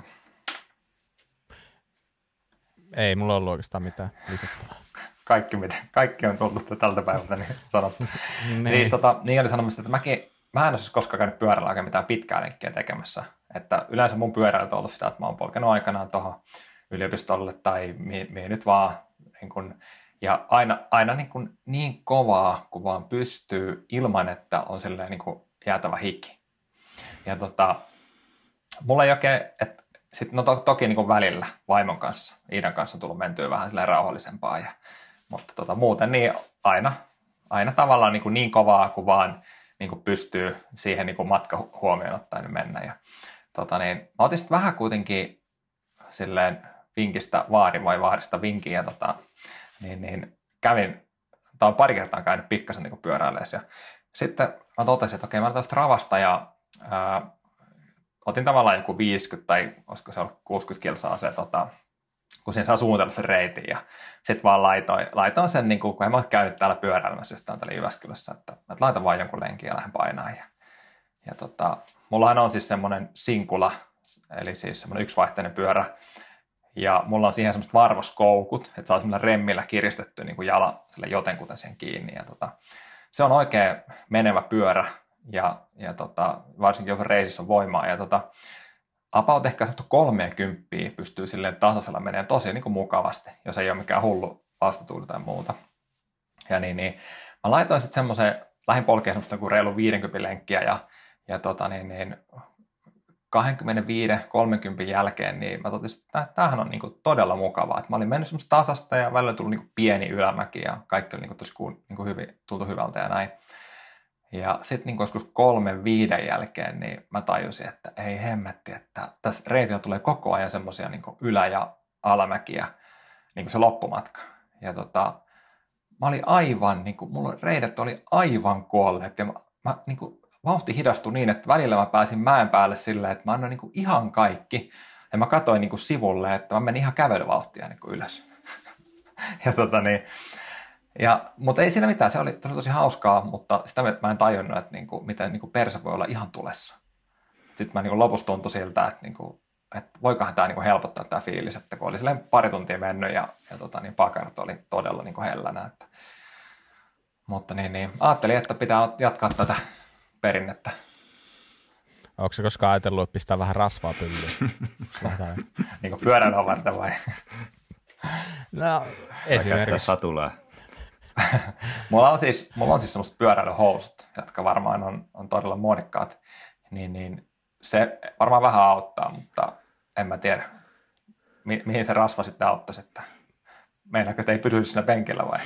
Ei mulla ollut oikeastaan mitään lisättävää. Kaikki, mitä, kaikki on tullut tältä päivältä, niin sanottu. niin, tota, niin oli sanomassa, että mäkin, mä en ole siis koskaan käynyt pyörällä oikein mitään pitkää lenkkiä tekemässä. Että yleensä mun pyöräilyt on ollut sitä, että mä oon polkenut aikanaan tuohon yliopistolle tai mihin, mihin nyt vaan. Niin kun, ja aina, aina niin, kun, niin kovaa, kun vaan pystyy ilman, että on silleen niin kun jäätävä hiki. Ja tota, mulla ei oikein, että sitten no to, toki niin kuin välillä vaimon kanssa, Iidan kanssa on tullut mentyä vähän silleen rauhallisempaa, ja, mutta tota, muuten niin aina, aina tavallaan niin, kuin niin kovaa kuin vaan niin kuin pystyy siihen niin kuin matka huomioon ottaen mennä. Ja, tota, niin, mä otin sitten vähän kuitenkin silleen vinkistä vaadin vai vaadista vinkin, ja tota, niin, niin kävin, tai pari kertaa käynyt pikkasen niin kuin pyöräileessä, ja sitten mä totesin, että okei, mä otan Stravasta, ja ää, otin tavallaan joku viisikymmentä tai olisiko se ollut kuusikymmentä kilsaa se, tota, kun siinä saa suunnitella sen reitin. Ja sitten vaan laitoin, laitoin sen, niin kun en mä ole käynyt täällä pyöräilemässä yhtään täällä Jyväskylässä, että, että laitan vaan jonkun lenkin ja lähden painaa. Ja, ja tota, mullahan on siis semmoinen sinkula, eli siis semmoinen yksivaihteinen pyörä. Ja mulla on siihen semmoiset varvoskoukut, että saa semmoinen remmillä kiristetty niin kuin jala sille jotenkuten siihen kiinni. Ja tota, se on oikein menevä pyörä. Ja, ja tota, varsinkin jos reisissä on voimaa. Ja tota, about ehkä kolmekymppiä pystyy silleen tasaisella menemään tosi niin kuin mukavasti, jos ei ole mikään hullu vastatuuli tai muuta. Ja niin, niin mä laitoin sitten semmoisen, lähin polkeen semmoista kuin reilu viisikymmentä lenkkiä ja, ja tota niin, niin kaksikymmentäviisi kolmekymmentä jälkeen, niin mä totesin, että tämähän on niin kuin todella mukavaa. Että mä olin mennyt semmoista tasasta ja välillä tuli niin kuin pieni ylämäki ja kaikki oli niin kuin tosi niin kuin hyvin, tultu hyvältä ja näin. Ja sitten niin joskus kolmen viiden jälkeen niin mä tajusin, että ei hemmetti, että tässä reitillä tulee koko ajan semmoisia niin ylä- ja alamäkiä, niin kuin se loppumatka. Ja tota, mä olin aivan, niin kuin, mulla reidet oli aivan kuolleet ja mä, mä niin kuin, vauhti hidastui niin, että välillä mä pääsin mäen päälle silleen, että mä annoin niin kuin ihan kaikki. Ja mä katsoin niin kuin sivulle, että mä menin ihan kävelyvauhtia niin kuin ylös. ja tota niin... Ja, mutta ei siinä mitään, se oli tosi, tosi hauskaa, mutta sitä mä en tajunnut, että niinku, miten niinku perse voi olla ihan tulessa. Sitten mä niinku lopussa tuntui siltä, että, niinku, että voikohan tämä niinku helpottaa tämä fiilis, että kun oli silleen pari tuntia mennyt ja, ja tota, niin pakarat oli todella niinku hellänä. Että, mutta niin, niin, ajattelin, että pitää jatkaa tätä perinnettä. Onko se koskaan ajatellut, että pistää vähän rasvaa pyllyyn? niin kuin pyöräilyä varten vai? No, esimerkiksi. Satulaa. mulla on siis, mulla on siis semmoiset pyöräilyhousut, jotka varmaan on, on todella muodikkaat, niin, niin se varmaan vähän auttaa, mutta en mä tiedä, mi- mihin se rasva sitten auttaisi, että meinaako, että ei pysyisi siinä penkillä vai?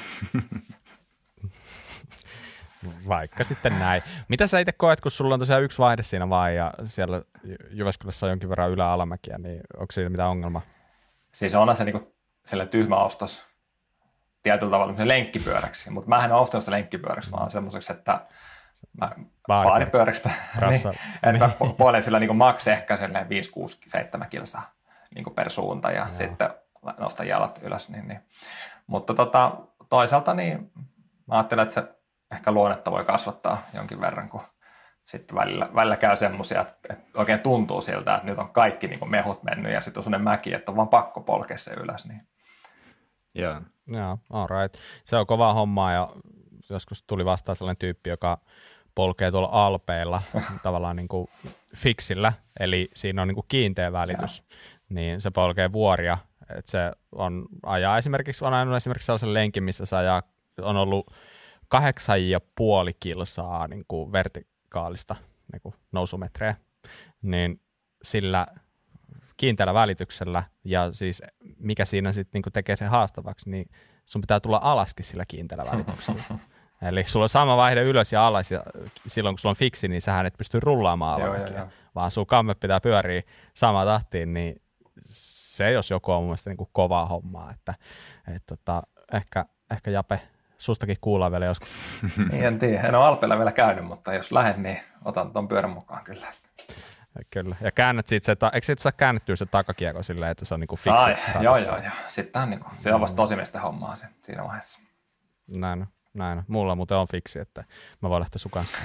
Vaikka sitten näin. Mitä sä itse koet, kun sulla on tosiaan yksi vaihde siinä vaan ja siellä Jyväskylässä on jonkin verran ylä-alamäkiä, niin onko siinä mitään ongelmaa? Siis onhan se niinku sellainen tyhmä ostos tietyllä tavalla lenkkipyöräksi, mutta mä en ole ostanut sitä lenkkipyöräksi, vaan semmoiseksi, että mä baanipyöräksi, niin, että mä puolen sillä niin maks ehkä viisi, kuusi, seitsemän kilsaa niin per suunta ja Joo. sitten nostan jalat ylös. Niin, niin. Mutta tota, toisaalta niin mä ajattelen, että se ehkä luonnetta voi kasvattaa jonkin verran, kun sitten välillä, välillä käy semmoisia, että oikein tuntuu siltä, että nyt on kaikki niin kuin mehut mennyt ja sitten on sellainen mäki, että on vaan pakko polkea se ylös. Niin. Joo. Joo, all right. Se on kovaa hommaa ja joskus tuli vastaan sellainen tyyppi, joka polkee tuolla alpeilla tavallaan niin kuin fiksillä, eli siinä on niin kuin kiinteä välitys, ja. Niin se polkee vuoria että se on ajaa esimerkiksi, on ajanut esimerkiksi sellaisen lenkin, missä se ajaa, on ollut kahdeksan ja puoli kilsaa niin kuin vertikaalista niin kuin nousumetrejä, niin sillä kiinteällä välityksellä, ja siis mikä siinä sitten niin kuin tekee sen haastavaksi, niin sun pitää tulla alaskin sillä kiinteällä välityksellä. Eli sulla on sama vaihde ylös ja alas, ja silloin kun sulla on fiksi, niin sähän et pysty rullaamaan alamäkiä, vaan sun kamme pitää pyöriä samaan tahtiin, niin se jos joku on mun mielestä niin kuin kovaa hommaa, että et tota, ehkä, ehkä Jape, sustakin kuullaan vielä joskus. En tiedä, en ole Alpeilla vielä käynyt, mutta jos lähden, niin otan tuon pyörän mukaan kyllä. Kyllä, ja käännät siitä se, eikö siitä saa käännettyä se takakieko silleen, että se on niin kuin fiksi? Sai, joo joo joo, sitten on, niin kuin, se on vasta tosimiesten hommaa se, siinä vaiheessa. Näin on. Näin on. Mulla muuten on fiksi, että mä voin lähteä sun kanssa.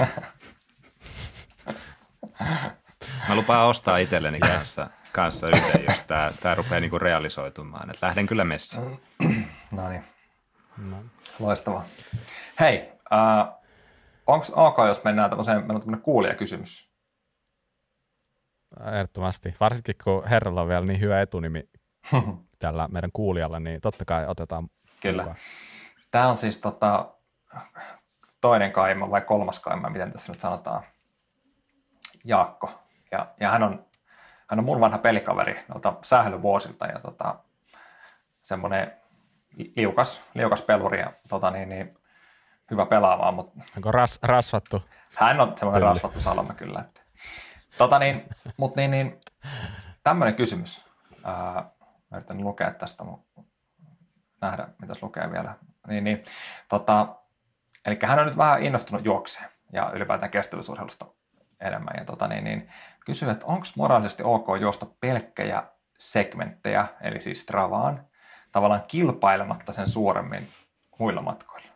Mä lupaan ostaa itselleni kanssa, kanssa yhden, jos tää, tää rupeaa niinku realisoitumaan. Et lähden kyllä messiin. No niin. No. Loistavaa. Hei, äh, onko ok, jos mennään tämmöiseen, meillä on tämmöinen kuulijakysymys? Ehdottomasti. Varsinkin kun herralla on vielä niin hyvä etunimi tällä meidän kuulijalla, niin totta kai otetaan Kyllä. mukaan. Tämä on siis tota, toinen kaima vai kolmas kaima, miten tässä nyt sanotaan, Jaakko. Ja, ja hän, on, hän on mun vanha pelikaveri noilta sählyvuosilta ja tota, semmoinen liukas, liukas peluri ja tota, niin, niin, hyvä pelaamaan. Mutta onko ras, rasvattu? Hän on semmoinen Pylli. rasvattu salama kyllä. Että. Tota, niin, mutta niin, niin, tämmöinen kysymys. Ää, mä yritän lukea tästä, nähdä mitä se lukee vielä. Niin, niin, tota, eli hän on nyt vähän innostunut juokseen ja ylipäätään kestävyysurheilusta enemmän. Ja tota, niin, niin, kysyy, että onko moraalisesti ok juosta pelkkejä segmenttejä, eli siis Stravaan, tavallaan kilpailematta sen suuremmin muilla matkoilla.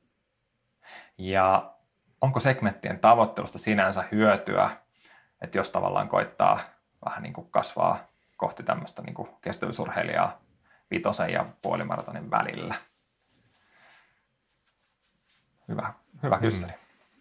Ja onko segmenttien tavoittelusta sinänsä hyötyä, että jos tavallaan koittaa vähän niin kuin kasvaa kohti tämmöistä niin kuin kestävyysurheilijaa vitosen ja puolimaratonin välillä. Hyvä, hyvä kyssäri.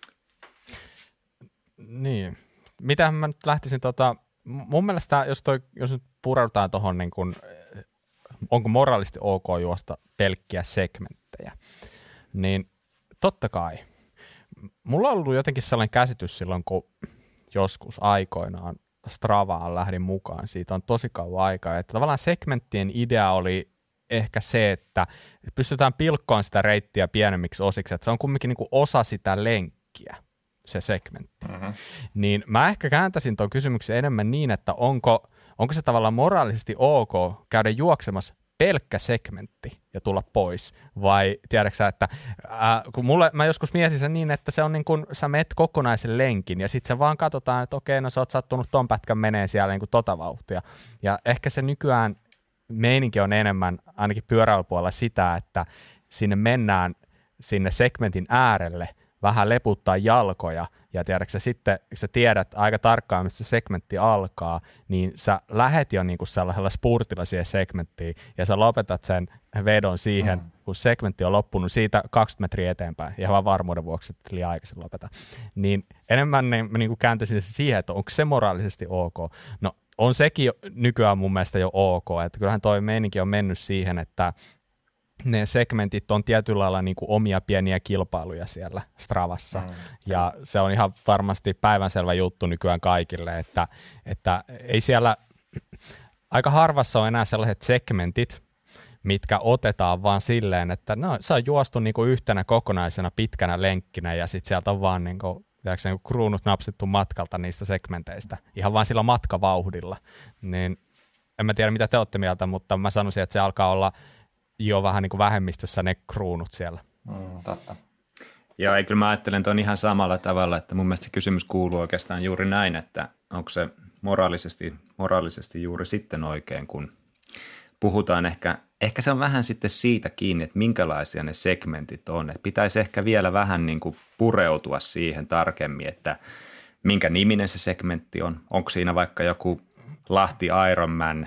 Mm. Niin. Mitä mä nyt lähtisin, tota, mun mielestä, jos, toi, jos nyt pureudutaan tuohon, niin kun, onko moraalisti ok juosta pelkkiä segmenttejä, niin totta kai. Mulla on ollut jotenkin sellainen käsitys silloin, kun joskus aikoinaan Stravaan lähdin mukaan, siitä on tosi kauan aikaa, että tavallaan segmenttien idea oli ehkä se, että pystytään pilkkoon sitä reittiä pienemmiksi osiksi, että se on kumminkin niin kuin osa sitä lenkkiä, se segmentti. Mm-hmm. Niin mä ehkä kääntäisin tuon kysymyksen enemmän niin, että onko, onko se tavallaan moraalisesti ok käydä juoksemassa pelkkä segmentti ja tulla pois, vai tiedätkö sä, että ää, kun mulle, mä joskus mietin sen niin, että se on niin kuin sä meet kokonaisen lenkin ja sitten se vaan katsotaan, että okei, no sä oot sattunut ton pätkän menee siellä niin kuin tota vauhtia. Ja ehkä se nykyään meininki on enemmän ainakin pyöräilypuolella sitä, että sinne mennään sinne segmentin äärelle vähän leputtaa jalkoja, ja tiedätkö sä sitten, kun sä tiedät aika tarkkaan, missä se segmentti alkaa, niin sä lähet jo niinku sellaisella spurtilla siihen segmenttiin, ja sä lopetat sen vedon siihen, mm. kun segmentti on loppunut siitä kaksikymmentä metriä eteenpäin, ihan vaan varmuuden vuoksi, että liian aikaisin lopeta. Niin enemmän niin, mä niinku kääntäisin siihen, että onko se moraalisesti ok. No on sekin nykyään mun mielestä jo ok, että kyllähän toi meininki on mennyt siihen, että ne segmentit on tietyllä lailla niin kuin omia pieniä kilpailuja siellä Stravassa, mm. ja se on ihan varmasti päivänselvä juttu nykyään kaikille, että, että ei siellä, aika harvassa on enää sellaiset segmentit, mitkä otetaan vaan silleen, että no, se on juostu niin kuin yhtenä kokonaisena pitkänä lenkkinä, ja sitten sieltä on vaan niin kuin, tiedätkö, niin kuin kruunut napsittu matkalta niistä segmenteistä, ihan vaan sillä matkavauhdilla, niin en mä tiedä mitä te olette mieltä, mutta mä sanoisin, että se alkaa olla jo vähän niin kuin vähemmistössä ne kruunut siellä. Mm, totta. Joo, ei, kyllä mä ajattelen tuon ihan samalla tavalla, että mun mielestä se kysymys kuuluu oikeastaan juuri näin, että onko se moraalisesti, moraalisesti juuri sitten oikein, kun puhutaan ehkä, ehkä se on vähän sitten siitä kiinni, että minkälaisia ne segmentit on, että pitäisi ehkä vielä vähän niin kuin pureutua siihen tarkemmin, että minkä niminen se segmentti on, onko siinä vaikka joku Lahti Ironman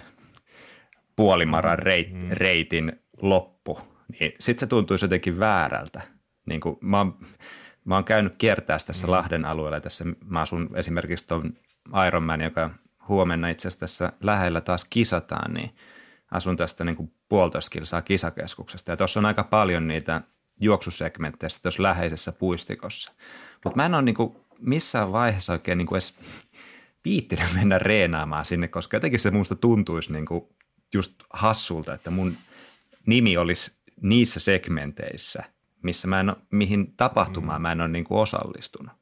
puolimaran reit, mm. reitin loppu, niin sitten se tuntuisi jotenkin väärältä. Niin kuin mä, oon, mä oon käynyt kiertää tässä mm. Lahden alueella, tässä mä asun esimerkiksi tuon Ironman, joka huomenna itse asiassa tässä lähellä taas kisataan, niin asun tästä niin kuin puolitoista kilsaa kisakeskuksesta ja tuossa on aika paljon niitä juoksusegmenttejä tuossa läheisessä puistikossa. Mutta mä en ole niin kuin missään vaiheessa oikein niin kuin edes viittinyt mennä reenaamaan sinne, koska jotenkin se musta tuntuisi niin kuin just hassulta, että mun nimi olisi niissä segmenteissä, missä mä en ole, mihin tapahtumaan mä en ole niin kuin osallistunut.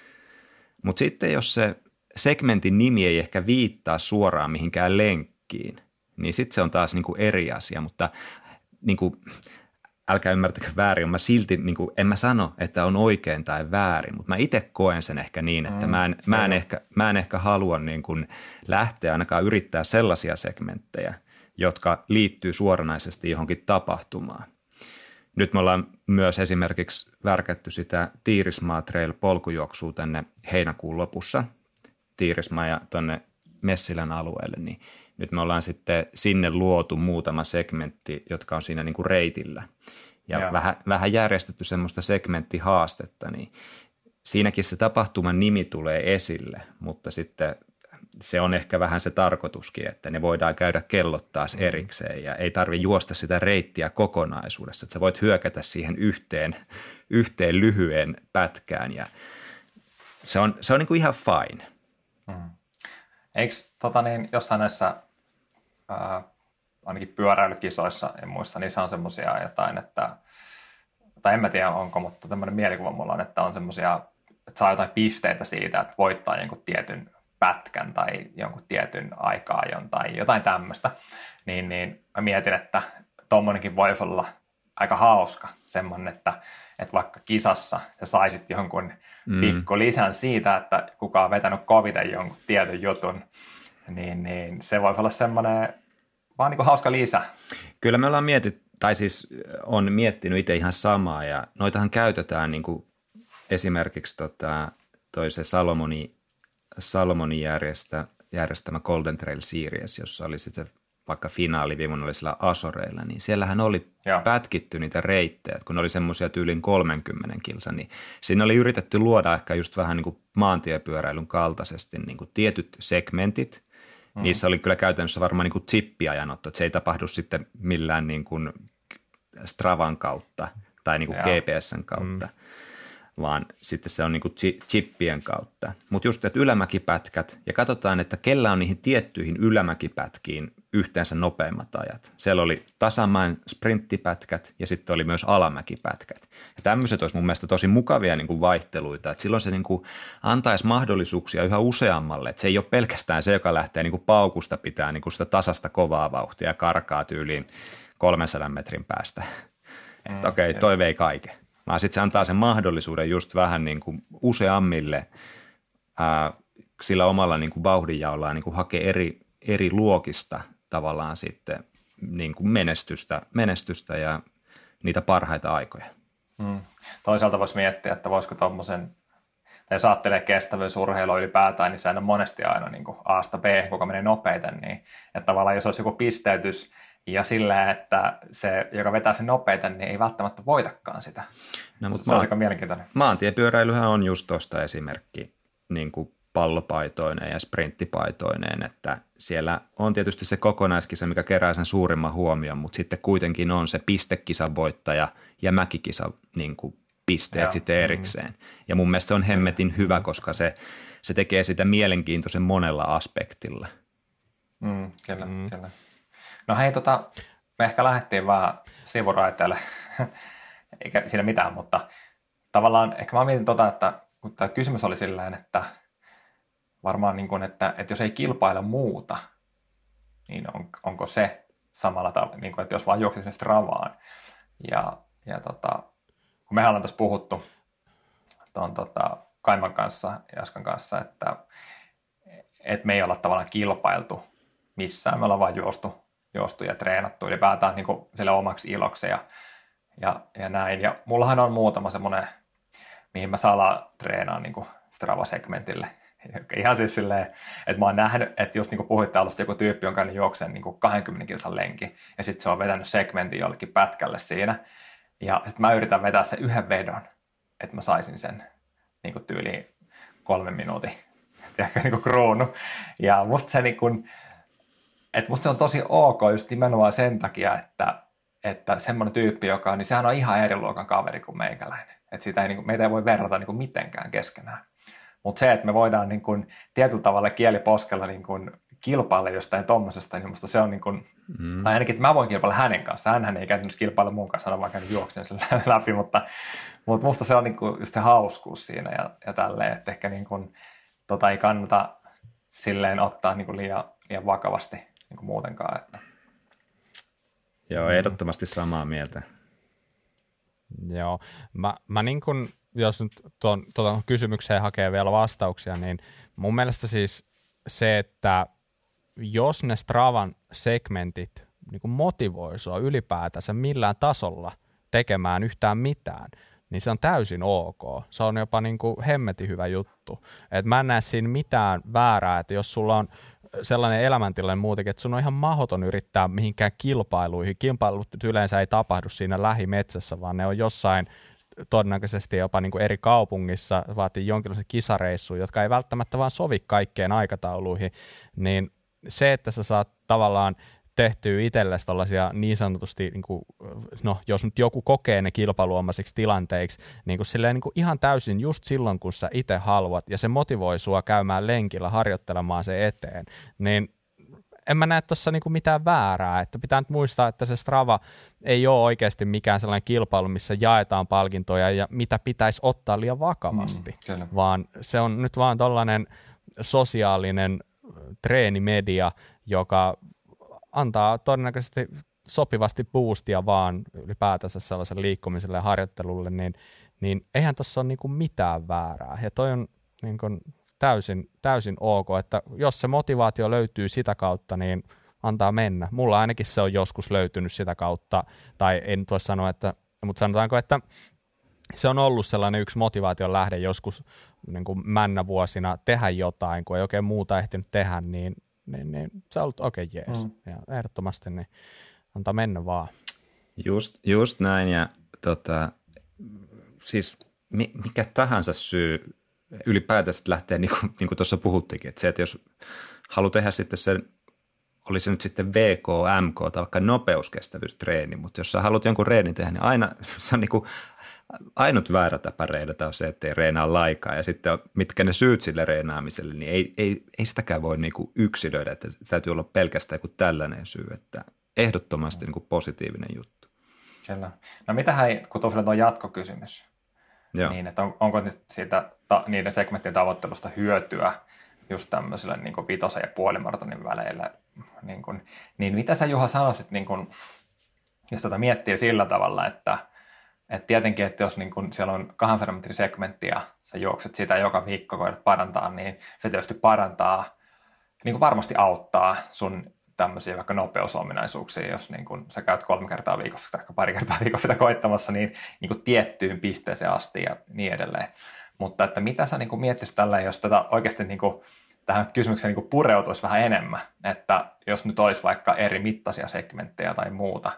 Mutta sitten jos se segmentin nimi ei ehkä viittaa suoraan mihinkään lenkkiin, niin sitten se on taas niin kuin eri asia, mutta niin kuin, älkää ymmärtäkö väärin, mä silti, niin kuin, en mä sano, että on oikein tai väärin, mutta mä itse koen sen ehkä niin, että mm, mä, en, mä, en ehkä, mä en ehkä halua niin kuin lähteä ainakaan yrittää sellaisia segmenttejä, jotka liittyy suoranaisesti johonkin tapahtumaan. Nyt me ollaan myös esimerkiksi värkätty sitä Tiirismaa Trail polkujuoksua tänne heinäkuun lopussa, Tiirismaa ja tuonne Messilän alueelle, niin nyt me ollaan sitten sinne luotu muutama segmentti, jotka on siinä niin kuin reitillä ja vähän, vähän järjestetty semmoista segmenttihaastetta, niin siinäkin se tapahtuman nimi tulee esille, mutta sitten se on ehkä vähän se tarkoituskin, että ne voidaan käydä kellot taas erikseen ja ei tarvitse juosta sitä reittiä kokonaisuudessa, että sä voit hyökätä siihen yhteen, yhteen lyhyen pätkään ja se on, se on niin kuin ihan fine. Hmm. Eikö tota niin, jossain näissä ää, ainakin pyöräilykisoissa, en muista, niissä on semmoisia jotain, että, tai en mä tiedä onko, mutta tämmöinen mielikuva mulla on, että on semmoisia, että saa jotain pisteitä siitä, että voittaa jonkun tietyn pätkän tai jonkun tietyn aika-ajon tai jotain tämmöistä, niin, niin mä mietin, että tommonenkin voisi olla aika hauska semmoinen, että, että vaikka kisassa sä saisit jonkun mm. pikku lisän siitä, että kuka on vetänyt koviten jonkun tietyn jutun, niin, niin se voisi olla semmoinen vaan niin kuin hauska lisä. Kyllä me ollaan mietitty, tai siis on miettinyt itse ihan samaa ja noitahan käytetään niin kuin esimerkiksi tota, toi se Salomoni, Salomonin järjestä, järjestämä Golden Trail Series, jossa oli sitten vaikka finaali viime vuonna oli sillä Azoreilla, niin siellähän oli Joo. pätkitty niitä reittejä, kun ne oli semmoisia tyylin kolmenkymmenen kilsa, niin siinä oli yritetty luoda ehkä just vähän niin kuin maantiepyöräilyn kaltaisesti niin kuin tietyt segmentit. Mm. Niissä oli kyllä käytännössä varmaan niin kuin chippiajanotto, että se ei tapahdu sitten millään niin kuin Stravan kautta tai niin kuin G P S:n kautta. Mm. vaan sitten se on niin kuin chippien kautta. Mutta just, että ylämäkipätkät, ja katsotaan, että kellä on niihin tiettyihin ylämäkipätkiin yhteensä nopeimmat ajat. Siellä oli tasamaan sprinttipätkät, ja sitten oli myös alamäkipätkät. Ja tämmöiset olisi mun mielestä tosi mukavia niin kuin vaihteluita, että silloin se niin kuin antaisi mahdollisuuksia yhä useammalle, että se ei ole pelkästään se, joka lähtee niin kuin paukusta pitää niin kuin sitä tasasta kovaa vauhtia ja karkaa tyyliin kolmensadan metrin päästä. Että mm, okei, okay, toi vei kaiken. Vaan sitten se antaa sen mahdollisuuden just vähän niin kuin useammille ää, sillä omalla niin kuin vauhdinjaollaan niin kuin hakea eri, eri luokista tavallaan sitten niin kuin menestystä, menestystä ja niitä parhaita aikoja. Hmm. Toisaalta voisi miettiä, että voisiko tuommoisen, tai jos ajattelee kestävyysurheilua ylipäätään, niin sehän on monesti aina niin kuin A:sta B, kuka menee nopeiten, niin että tavallaan jos olisi joku pisteytys, ja sillä, että se, joka vetää sen nopeiten, niin ei välttämättä voitakaan sitä. No, mutta se on aika mielenkiintoinen. Maantiepyöräilyhän on just tuosta esimerkki niin kuin pallopaitoinen ja sprinttipaitoinen, että siellä on tietysti se kokonaiskisa, mikä kerää sen suurimman huomion, mutta sitten kuitenkin on se pistekisan voittaja ja mäkikisan niin kuin pisteet Joo. sitten erikseen. Mm. Ja mun mielestä se on hemmetin hyvä, koska se, se tekee sitä mielenkiintoisen monella aspektilla. Mm, kyllä, mm. kyllä. No hei, tota, me ehkä lähdettiin vähän sivuraiteelle, eikä siinä mitään, mutta tavallaan ehkä mä mietin tota, että kun tämä kysymys oli silleen, että varmaan niin kuin, että, että jos ei kilpaile muuta, niin on, onko se samalla tavalla, niin kuin, että jos vaan juoksisi Stravaan. Ja, ja tota, kun mehän ollaan tässä puhuttu tuon tota, Kaiman kanssa, Jaskan kanssa, että, että me ei olla tavallaan kilpailtu missään, me ollaan vaan juostu. juostu ja treenattu ylipäätään niin kuin sille omaksi iloksi ja, ja, ja näin. Ja mullahan on muutama semmoinen, mihin mä salaa treenaan niin kuin Strava-segmentille. Ihan siis silleen, että mä oon nähnyt, että just niin kuin puhuitte alusta, joku tyyppi on käynyt juokseen niin kuin kaksikymmentä kilsan lenki ja sitten se on vetänyt segmentin jollekin pätkälle siinä. Ja sitten mä yritän vetää sen yhden vedon, että mä saisin sen niin kuin tyyliin kolmen minuutin, ehkä niin kuin kruunu. Ja musta se niin kuin, että musta se on tosi ok just nimenomaan sen takia, että, että semmoinen tyyppi, joka on, niin sehän on ihan eri luokan kaveri kuin meikäläinen. Että sitä ei, niin kuin, meitä ei voi verrata niin kuin mitenkään keskenään. Mutta se, että me voidaan niin kuin, tietyllä tavalla kieliposkella niin kuin, kilpailla jostain tommosesta, niin musta se on niin kuin, mm. tai ainakin, että mä voin kilpailla hänen kanssa. Hänhän ei käytännössä kilpailla mun kanssa, hän on vaan käynyt juoksen sen läpi, mutta, mutta musta se on niin kuin, just se hauskuus siinä ja, ja tälleen, että ehkä niin kuin, tota ei kannata silleen ottaa niin kuin liian, liian vakavasti niin kuin muutenkaan. Että. Joo, ehdottomasti samaa mieltä. Joo, mä, mä niin kun, jos nyt tuon, tuon kysymykseen hakee vielä vastauksia, niin mun mielestä siis se, että jos ne Stravan segmentit niin kun motivoi sua ylipäätänsä millään tasolla tekemään yhtään mitään, niin se on täysin ok. Se on jopa niin kuin hemmetin hyvä juttu. Et mä en näe siinä mitään väärää, että jos sulla on sellainen elämäntilanne muutenkin, että sun on ihan mahdoton yrittää mihinkään kilpailuihin. Kilpailut yleensä ei tapahdu siinä lähimetsässä, vaan ne on jossain todennäköisesti jopa niin kuin eri kaupungissa, vaatii jonkinlaisia kisareissuja, jotka ei välttämättä vaan sovi kaikkeen aikatauluihin, niin se, että sä saat tavallaan tehtyä itsellesi tällaisia niin sanotusti, niin kuin, no jos nyt joku kokee ne kilpailuomaisiksi tilanteiksi, niin kuin silleen niin kuin ihan täysin just silloin, kun sä itse haluat, ja se motivoi sua käymään lenkillä, harjoittelemaan se eteen, niin en mä näe tuossa niin kuin mitään väärää, että pitää nyt muistaa, että se Strava ei ole oikeasti mikään sellainen kilpailu, missä jaetaan palkintoja ja mitä pitäisi ottaa liian vakavasti, mm, vaan se on nyt vaan tollainen sosiaalinen treenimedia, joka antaa todennäköisesti sopivasti boostia vaan ylipäätänsä sellaiselle liikkumiselle ja harjoittelulle, niin, niin eihän tuossa ole niin kuin mitään väärää. Ja toi on niin kuin täysin, täysin ok, että jos se motivaatio löytyy sitä kautta, niin antaa mennä. Mulla ainakin se on joskus löytynyt sitä kautta, tai en voi sanoa, että, mutta sanotaanko, että se on ollut sellainen yksi motivaation lähde joskus niin kuin männä vuosina tehdä jotain, kun ei oikein muuta ehtinyt tehdä, niin Niin, niin se on ollut oikein okay, jees. Mm. Ja ehdottomasti niin antaa mennä vaan. Just, just näin, ja tota, siis mikä tahansa syy ylipäätänsä lähtee, niin kuin, niin kuin tuossa puhuttikin, että se, että jos haluaa tehdä sitten sen, oli se nyt sitten V K, M K tai vaikka nopeuskestävyystreeni, mutta jos sä haluat jonkun reenin tehdä, niin aina se on niin kuin ainut väärä tapa reenata on se, että ei reenaa laikaa, ja sitten mitkä ne syyt sille reenaamiselle, niin ei, ei, ei sitäkään voi niinku yksilöidä, että se täytyy olla pelkästään joku tällainen syy, että ehdottomasti niinku positiivinen juttu. Kyllä. No mitähän, kun tosiaan on jatkokysymys, Joo. niin että on, onko nyt siitä ta, niiden segmenttien tavoittelusta hyötyä just tämmöiselle niin kuin vitosen ja puolimaratonin väleillä, niin, kuin, niin mitä sä Juha sanoisit, niin kuin, jos tätä miettii sillä tavalla, että Et tietenkin, että jos niin kun siellä on kahden metrin segmentti ja sä juokset sitä joka viikko, koetat parantaa, niin se tietysti parantaa, niin kuin varmasti auttaa sun tämmöisiä vaikka nopeusominaisuuksia, jos niin kun sä käyt kolme kertaa viikossa tai pari kertaa viikossa sitä koittamassa, niin, niin kuin tiettyyn pisteeseen asti ja niin edelleen. Mutta että mitä sä niin kuin miettisit tälleen, jos tätä oikeasti niin kuin, tähän kysymykseen niin kuin pureutuisi vähän enemmän, että jos nyt olisi vaikka eri mittaisia segmenttejä tai muuta,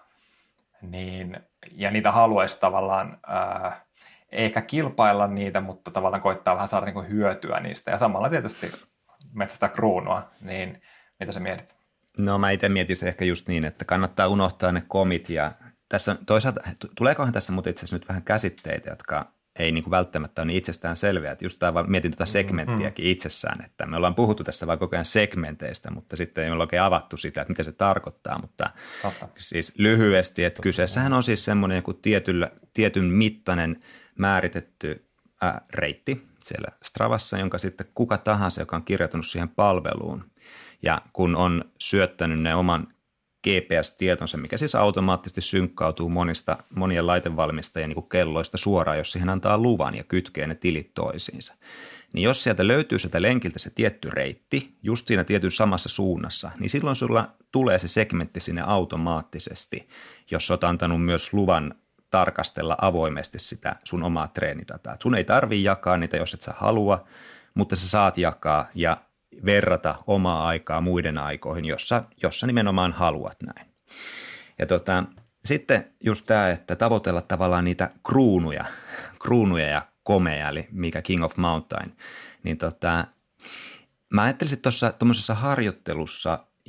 niin, ja niitä haluaisi tavallaan, ää, ei ehkä kilpailla niitä, mutta tavallaan koittaa vähän saada niin kuin hyötyä niistä. Ja samalla tietysti metsästä kruunua, niin mitä sä mietit? No mä itse mietin se ehkä just niin, että kannattaa unohtaa ne komit. Ja tässä toisaalta, tuleekohan tässä mutta itse asiassa nyt vähän käsitteitä, jotka ei niin kuin välttämättä ole niin itsestään selviä. Että just tämä, mietin tuota segmenttiäkin mm-hmm. itsessään, että me ollaan puhuttu tässä vaan koko ajan segmenteistä, mutta sitten ei ole oikein avattu sitä, että mitä se tarkoittaa. Mutta Totta. siis lyhyesti, että Totta. kyseessähän on siis semmoinen joku tietyllä, tietyn mittainen määritetty ää, reitti siellä Stravassa, jonka sitten kuka tahansa, joka on kirjautunut siihen palveluun ja kun on syöttänyt ne oman G P S-tietonsa, mikä siis automaattisesti synkkautuu monista, monien laitevalmistajien niin kuin kelloista suoraan, jos siihen antaa luvan ja kytkee ne tilit toisiinsa. Niin jos sieltä löytyy sieltä lenkiltä se tietty reitti, just siinä tietyn samassa suunnassa, niin silloin sulla tulee se segmentti sinne automaattisesti, jos olet antanut myös luvan tarkastella avoimesti sitä sun omaa treenidataa. Sun ei tarvitse jakaa niitä, jos et sä halua, mutta sä saat jakaa ja verrata omaa aikaa muiden aikoihin, jossa, jossa nimenomaan haluat näin. Ja tota, sitten just tämä, että tavoitella tavallaan niitä kruunuja, kruunuja ja komeja, eli mikä King of Mountain, niin tota, mä ajattelisin tuossa tuommoisessa harjoittelussa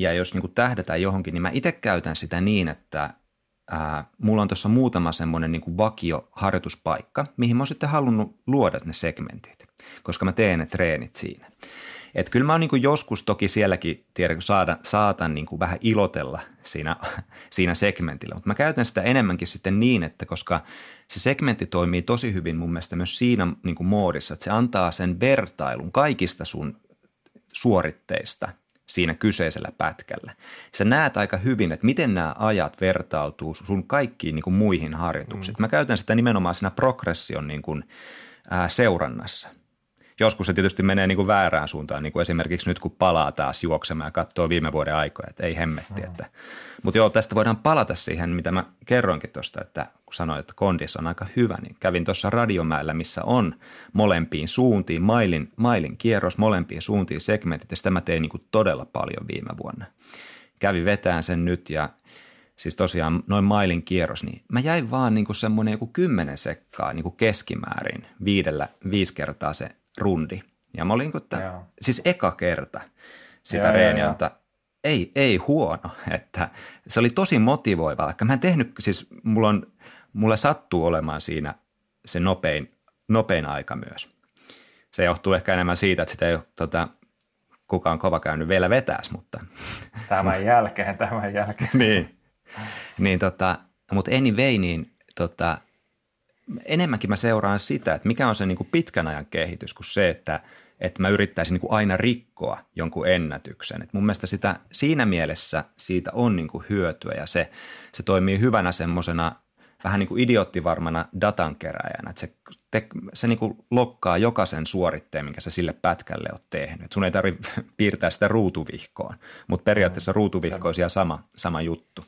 ja jos niin kuin tähdätään johonkin, niin mä itse käytän sitä niin, että ää, mulla on tuossa muutama semmoinen niin kuin vakio harjoituspaikka, mihin mä oon sitten halunnut luoda ne segmentit, koska mä teen ne treenit siinä. Et kyllä mä oon niin kuin joskus toki sielläkin tiedän, kun saada, saatan niin kuin vähän ilotella siinä, siinä segmentillä, mutta mä käytän sitä enemmänkin sitten niin, että koska se segmentti toimii tosi hyvin mun mielestä myös siinä niin kuin moodissa, että se antaa sen vertailun kaikista sun suoritteista siinä kyseisellä pätkällä. Sä näet aika hyvin, että miten nämä ajat vertautuu sun kaikkiin niin kuin muihin harjoituksiin. Mm. Mä käytän sitä nimenomaan siinä progression niin kuin, ää, seurannassa. Joskus se tietysti menee niin kuin väärään suuntaan, niin kuin esimerkiksi nyt kun palaa taas juoksemaan ja katsoo viime vuoden aikoja, että ei hemmetti. Mm. Että. Mutta joo, tästä voidaan palata siihen, mitä mä kerroinkin tuosta, että kun sanoin, että kondis on aika hyvä, niin kävin tuossa Radiomäellä, missä on molempiin suuntiin, mailin, mailin kierros, molempiin suuntiin segmentit, ja sitä mä tein niin kuin todella paljon viime vuonna. Kävin vetään sen nyt ja siis tosiaan noin mailin kierros, niin mä jäin vaan niin kuin semmoinen joku kymmenen sekkaa niin kuin keskimäärin, viidellä, viisi kertaa se rundi. Ja mä olin niin kuin, että siis eka kerta sitä reeniä, mutta ei, ei huono, että se oli tosi motivoiva, vaikka mä en tehnyt, siis mulla, on, mulla sattuu olemaan siinä se nopein, nopein aika myös. Se johtuu ehkä enemmän siitä, että sitä ei ole tota, kukaan kova käynyt vielä vetäs, mutta tämän jälkeen, tämän jälkeen. niin, niin tota, mutta anyway, niin tota, enemmänkin mä seuraan sitä, että mikä on se niin kuin pitkän ajan kehitys, kuin se, että, että mä yrittäisin niin kuin aina rikkoa jonkun ennätyksen. Et mun mielestä sitä, siinä mielessä siitä on niin kuin hyötyä ja se, se toimii hyvänä semmoisena vähän niin kuin idioottivarmana datankeräjänä, että se, te, se niin kuin lokkaa jokaisen suoritteen, minkä sä sille pätkälle oot tehnyt. Et sun ei tarvitse piirtää sitä ruutuvihkoon, mutta periaatteessa ruutuvihko on siellä sama, sama juttu.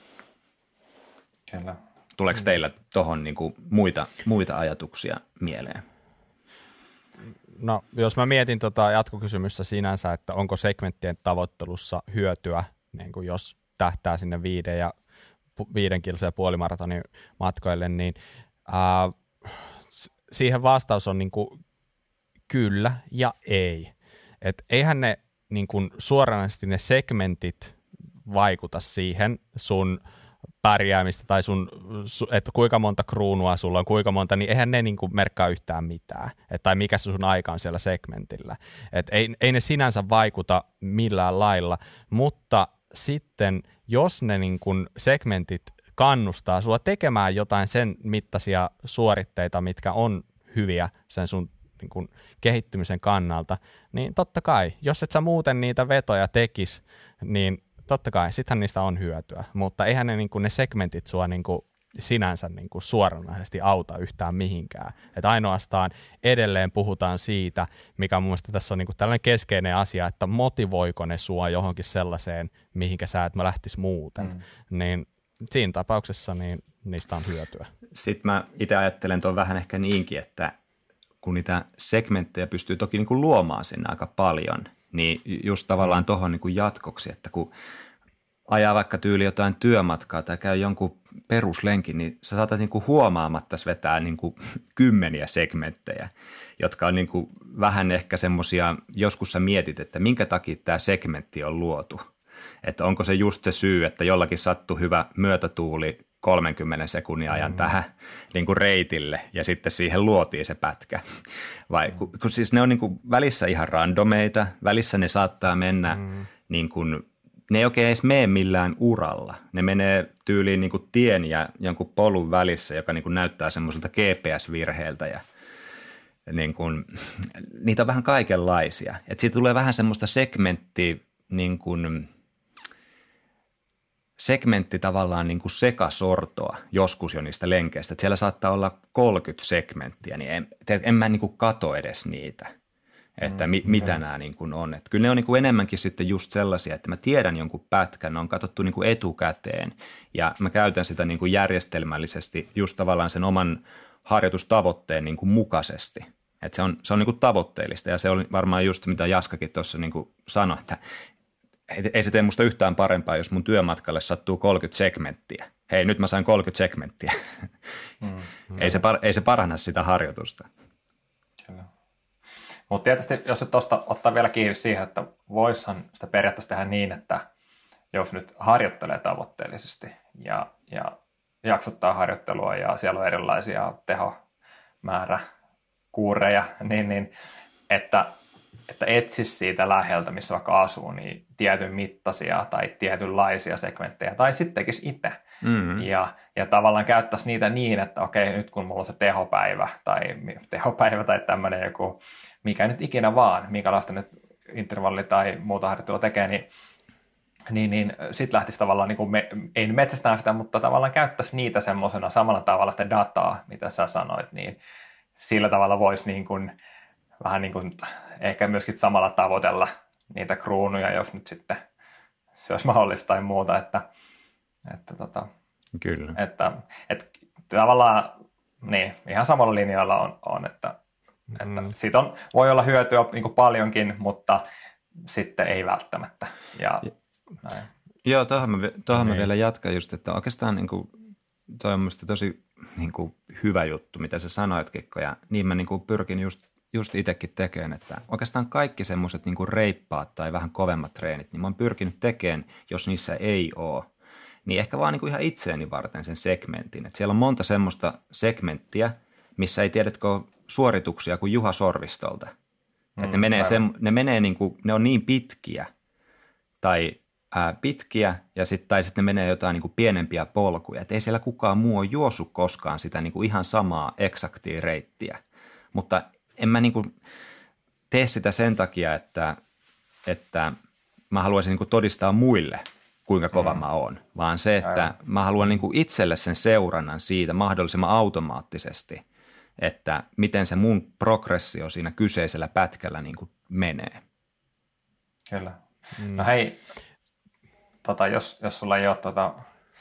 Kyllä. Tuleeko teillä tuohon niinku muita, muita ajatuksia mieleen? No, jos mä mietin tota jatkokysymystä sinänsä, että onko segmenttien tavoittelussa hyötyä, niin kuin jos tähtää sinne viiden ja viiden kilsa ja puolimaratonin matkoille, niin ää, siihen vastaus on niin kuin kyllä ja ei. Et eihän ne niin kuin suoranaisesti ne segmentit vaikuta siihen sun pärjäämistä tai sun, että kuinka monta kruunua sulla on, kuinka monta, niin eihän ne niin kuin merkkaa yhtään mitään. Et, tai mikä se sun aika on siellä segmentillä. Et ei, ei ne sinänsä vaikuta millään lailla, mutta sitten jos ne niin kuin segmentit kannustaa sua tekemään jotain sen mittaisia suoritteita, mitkä on hyviä sen sun niin kuin kehittymisen kannalta, niin totta kai, jos et sä muuten niitä vetoja tekis, niin totta kai, sittenhän niistä on hyötyä, mutta eihän ne, niin kuin, ne segmentit sua niin kuin, sinänsä niin kuin, suoranaisesti auta yhtään mihinkään. Et ainoastaan edelleen puhutaan siitä, mikä mun mielestä tässä on niin kuin, tällainen keskeinen asia, että motivoiko ne sua johonkin sellaiseen, mihinkä sä et mä lähtis muuten. Mm. Niin siinä tapauksessa niin niistä on hyötyä. Sitten mä itse ajattelen tuon vähän ehkä niinkin, että kun niitä segmenttejä pystyy toki niin kuin luomaan sinne aika paljon, niin just tavallaan tuohon niin kuin jatkoksi, että kun ajaa vaikka tyyli jotain työmatkaa tai käy jonkun peruslenkin, niin sä saatat niin kuin huomaamatta vetää niin kuin kymmeniä segmenttejä, jotka on niin kuin vähän ehkä semmoisia, joskus sä mietit, että minkä takia tämä segmentti on luotu. Että onko se just se syy, että jollakin sattuu hyvä myötätuuli kolmenkymmenen sekunnin ajan mm. tähän niin kuin reitille ja sitten siihen luotiin se pätkä. Vai, mm. kun, kun siis ne on niin kuin välissä ihan randomeita, välissä ne saattaa mennä, mm. niin kuin, ne ei oikein edes mene millään uralla. Ne menee tyyliin niin kuin tien ja jonkun polun välissä, joka niin kuin näyttää semmoiselta G P S-virheeltä ja niin kuin, niitä on vähän kaikenlaisia. Että siitä tulee vähän semmoista segmenttiä, niin kuin segmentti tavallaan niin kuin sekasortoa joskus jo niistä lenkeistä. Että siellä saattaa olla kolmekymmentä segmenttiä, niin en, en mä niin kuin kato edes niitä, että mi, mitä nämä niin kuin on. Että kyllä ne on niin kuin enemmänkin sitten just sellaisia, että mä tiedän jonkun pätkän, ne on katsottu niin kuin etukäteen ja mä käytän sitä niin kuin järjestelmällisesti just tavallaan sen oman harjoitustavoitteen niin kuin mukaisesti. Että se on, se on niin kuin tavoitteellista ja se on varmaan just mitä Jaskakin tuossa niin kuin sanoi, että ei se tee musta yhtään parempaa, jos mun työmatkalle sattuu kolmekymmentä segmenttiä. Hei, nyt mä sain kolmekymmentä segmenttiä. Mm, ei, se par, ei se paranna sitä harjoitusta. Mutta tietysti, jos se tuosta ottaa vielä kiinni siihen, että voisihan sitä periaatteessa tehdä niin, että jos nyt harjoittelee tavoitteellisesti ja, ja jaksottaa harjoittelua ja siellä on erilaisia tehomääräkuureja, niin, niin että, että etsisi siitä läheltä, missä vaikka asuu, niin tietyn mittaisia tai tietynlaisia segmenttejä, tai sitten tekisi itse. Mm-hmm. Ja, ja tavallaan käyttäisi niitä niin, että okei, nyt kun mulla on se tehopäivä tai tehopäivä tai tämmöinen joku, mikä nyt ikinä vaan, minkälaista nyt intervalli tai muuta harjoittelua tekee, niin niin, niin sitten lähtisi tavallaan, niin kuin me, ei metsästään sitä, mutta tavallaan käyttäisi niitä semmoisena samalla tavalla sitä dataa, mitä sä sanoit, niin sillä tavalla voisi niin kuin, vähän niin kuin ehkä myöskin samalla tavoitella niitä kruunuja, jos nyt sitten se olisi mahdollista tai muuta, että, että, tota, Kyllä. että, että tavallaan niin, ihan samalla linjalla on, on että, mm. että siitä on, voi olla hyötyä niin kuin paljonkin, mutta sitten ei välttämättä. Ja, ja. Näin. Joo, tuohon mä, tuohon mä vielä jatkan just, että oikeastaan niin kuin, toi on musta tosi niin kuin, hyvä juttu, mitä sä sanoit, Kikko, ja niin mä niin kuin, pyrkin just, just itsekin tekemään, että oikeastaan kaikki semmoiset niin kuin reippaat tai vähän kovemmat treenit, niin mä oon pyrkinyt tekemään, jos niissä ei ole, niin ehkä vaan niin kuin ihan itseäni varten sen segmentin, että siellä on monta semmoista segmenttiä, missä ei tiedätkö suorituksia kuin Juha Sorvistolta, mm, että ne menee, sem, ne, menee niin kuin, ne on niin pitkiä, tai ää, pitkiä, ja sit, tai sitten ne menee jotain niin kuin pienempiä polkuja. Et ei siellä kukaan muu ole juossut koskaan sitä niin kuin ihan samaa eksaktia reittiä. Mutta en mä niin kuin tee sitä sen takia, että, että mä haluaisin niin kuin todistaa muille, kuinka kova mm. mä oon. Vaan se, että Aivan. mä haluan niin kuin itselle sen seurannan siitä mahdollisimman automaattisesti, että miten se mun progressio siinä kyseisellä pätkällä niin kuin menee. Kyllä. No hei, tota, jos, jos sulla ei ole, tota,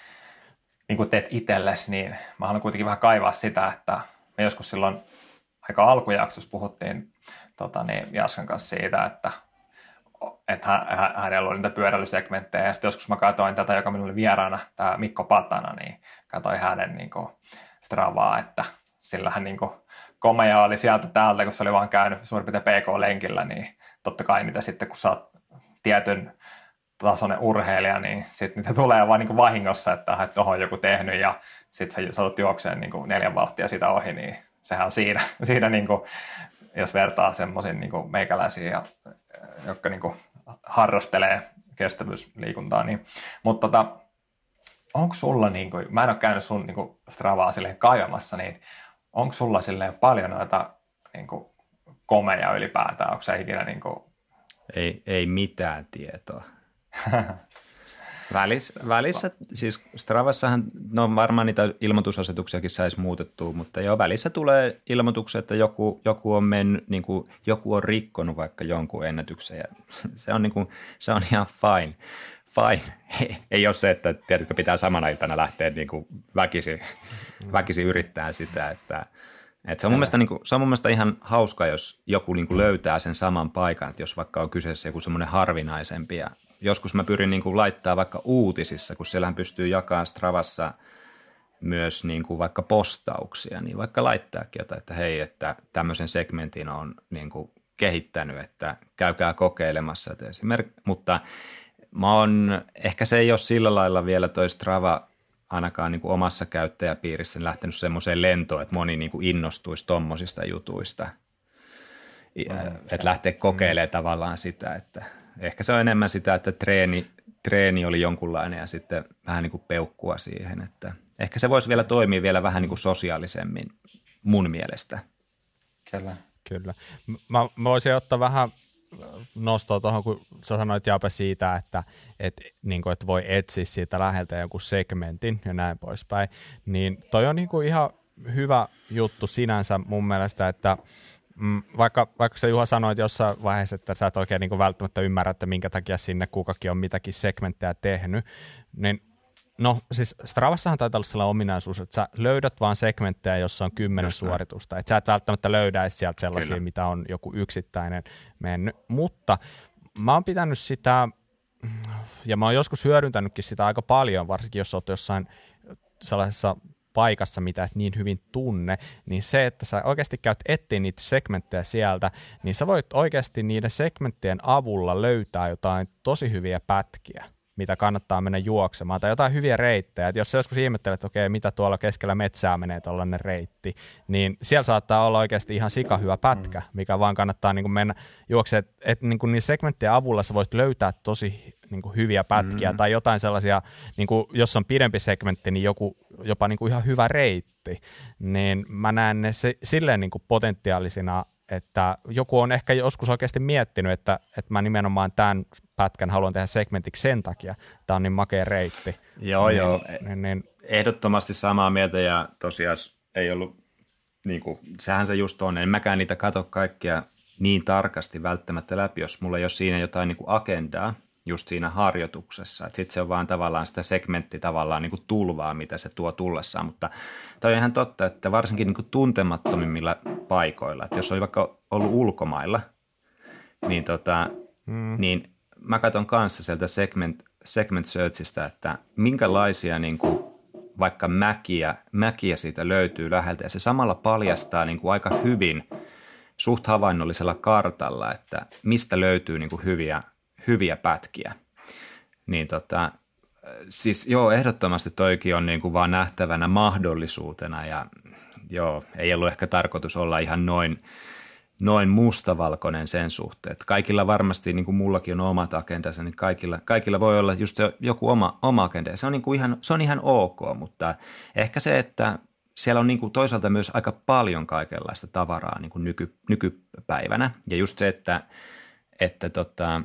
niin kuin teet itsellesi, niin mä haluan kuitenkin vähän kaivaa sitä, että me joskus silloin aika alkujaksossa puhuttiin tota, niin Jaskan kanssa siitä, että, että hän, hänellä oli niitä pyöräilysegmenttejä, ja sitten joskus mä katsoin tätä, joka minulla oli vieraana, tämä Mikko Patana, niin katsoin hänen niin kuin Stravaa, että sillä hän niin kuin komea oli sieltä täältä, kun se oli vaan käynyt suurin piirtein P K-lenkillä, niin totta kai niitä sitten, kun sä oot tietyn tasoinen urheilija, niin sitten niitä tulee vaan niin kuin vahingossa, että tuohon on joku tehnyt ja sitten sä saat juokseen niin kuin neljän vauhtia sitä ohi, niin sehän on siinä, siinä niin kuin, jos vertaa semmoisiin niin kuin meikäläisiin, ja, jotka niin kuin harrastelee kestävyysliikuntaa. Niin. Mutta tota, onko sulla, niin kuin, mä en ole käynyt sun niin kuin Stravaa silleen kaivamassa, niin onko sulla silleen paljon noita niin kuin komeja ylipäätään? Onko se ikinä niin kuin Ei, ei mitään tietoa. Välissä, välissä, siis Stravassahan, no varmaan niitä ilmoitusasetuksiakin saisi muutettua, mutta jo välissä tulee ilmoituksia, että joku, joku on mennyt, niin kuin, joku on rikkonut vaikka jonkun ennätyksen, ja se on, niin kuin, se on ihan fine. Fine. Ei, ei ole se, että tiedätkö, pitää samana iltana lähteä niin kuin väkisin, väkisin yrittää sitä, että että se, on mun mielestä, niin kuin, se on mun mielestä ihan hauska, jos joku niin kuin löytää sen saman paikan, että jos vaikka on kyseessä joku semmoinen harvinaisempi. Ja joskus mä pyrin niin kuin laittaa vaikka uutisissa, kun siellähän pystyy jakamaan Stravassa myös niin kuin vaikka postauksia, niin vaikka laittaakin jotain, että hei, että tämmöisen segmentin on niin kuin kehittänyt, että käykää kokeilemassa. Että esimerk- mutta mä oon, ehkä se ei ole sillä lailla vielä toi Strava ainakaan niin kuin omassa käyttäjäpiirissä lähtenyt semmoiseen lentoon, että moni niin kuin innostuisi tommosista jutuista. Mm. Että lähtee kokeilemaan mm. tavallaan sitä, että ehkä se on enemmän sitä, että treeni, treeni oli jonkunlainen ja sitten vähän niin kuin peukkua siihen, että ehkä se voisi vielä toimia vielä vähän niin kuin sosiaalisemmin mun mielestä. Kyllä. Kyllä. Mä, mä voisin ottaa vähän nostoa tuohon, kun sä sanoit Jaape siitä, että, että, niin kuin, että voi etsiä siitä läheltä joku segmentin ja näin poispäin, niin toi on niin kuin ihan hyvä juttu sinänsä mun mielestä, että mm, vaikka, vaikka sä Juha sanoit jossain vaiheessa, että sä et oikein niin kuin välttämättä ymmärrä, että minkä takia sinne kukakin on mitäkin segmenttejä tehnyt, niin no siis Stravassahan taitaa olla sellainen ominaisuus, että sä löydät vaan segmenttejä, jossa on kymmenen Just suoritusta. Että sä et välttämättä löydä sieltä sellaisia, Kyllä. mitä on joku yksittäinen mennyt. Mutta mä oon pitänyt sitä, ja mä oon joskus hyödyntänytkin sitä aika paljon, varsinkin jos oot jossain sellaisessa paikassa, mitä et niin hyvin tunne, niin se, että sä oikeasti käyt etsiä niitä segmenttejä sieltä, niin sä voit oikeasti niiden segmenttien avulla löytää jotain tosi hyviä pätkiä, mitä kannattaa mennä juoksemaan, tai jotain hyviä reittejä. Et jos sä joskus ihmettelet, että okei, mitä tuolla keskellä metsää menee tuollainen reitti, niin siellä saattaa olla oikeasti ihan sikahyvä pätkä, mikä vaan kannattaa niin kuin mennä juoksemaan, että et, niin kuin niiden segmenttien avulla sä voit löytää tosi niin kuin hyviä pätkiä, mm. tai jotain sellaisia, niin kuin, jos on pidempi segmentti, niin joku jopa niin kuin ihan hyvä reitti, niin mä näen ne se, silleen niin kuin potentiaalisina, että joku on ehkä joskus oikeasti miettinyt, että, että mä nimenomaan tämän pätkän haluan tehdä segmentiksi sen takia, tämä on niin makea reitti. Joo, niin, joo, niin, niin, ehdottomasti samaa mieltä, ja tosiaan ei ollut, niin kuin, sehän se just on, en mäkään niitä katso kaikkia niin tarkasti välttämättä läpi, jos mulla ei ole siinä jotain niin kuin agendaa, just siinä harjoituksessa, että sitten se on vaan tavallaan sitä segmentti tavallaan niin kuin tulvaa, mitä se tuo tullessaan, mutta toi on ihan totta, että varsinkin niin kuin tuntemattomimmilla paikoilla, että jos on vaikka ollut ulkomailla, niin, tota, mm. niin mä katson kanssa sieltä segment, segment searchista, että minkälaisia niin kuin vaikka mäkiä, mäkiä siitä löytyy läheltä, ja se samalla paljastaa niin kuin aika hyvin suht havainnollisella kartalla, että mistä löytyy niin kuin hyviä hyviä pätkiä. Niin tota, siis joo, ehdottomasti toikin on niin kuin vaan nähtävänä mahdollisuutena, ja joo, ei ollut ehkä tarkoitus olla ihan noin, noin mustavalkoinen sen suhteen. Että kaikilla varmasti, niin kuin mullakin on omat agendansa, niin kaikilla, kaikilla voi olla just se joku oma, oma agenda. Se on, niin kuin ihan, se on ihan ok, mutta ehkä se, että siellä on niin kuin toisaalta myös aika paljon kaikenlaista tavaraa niin kuin nyky, nykypäivänä, ja just se, että, että tota,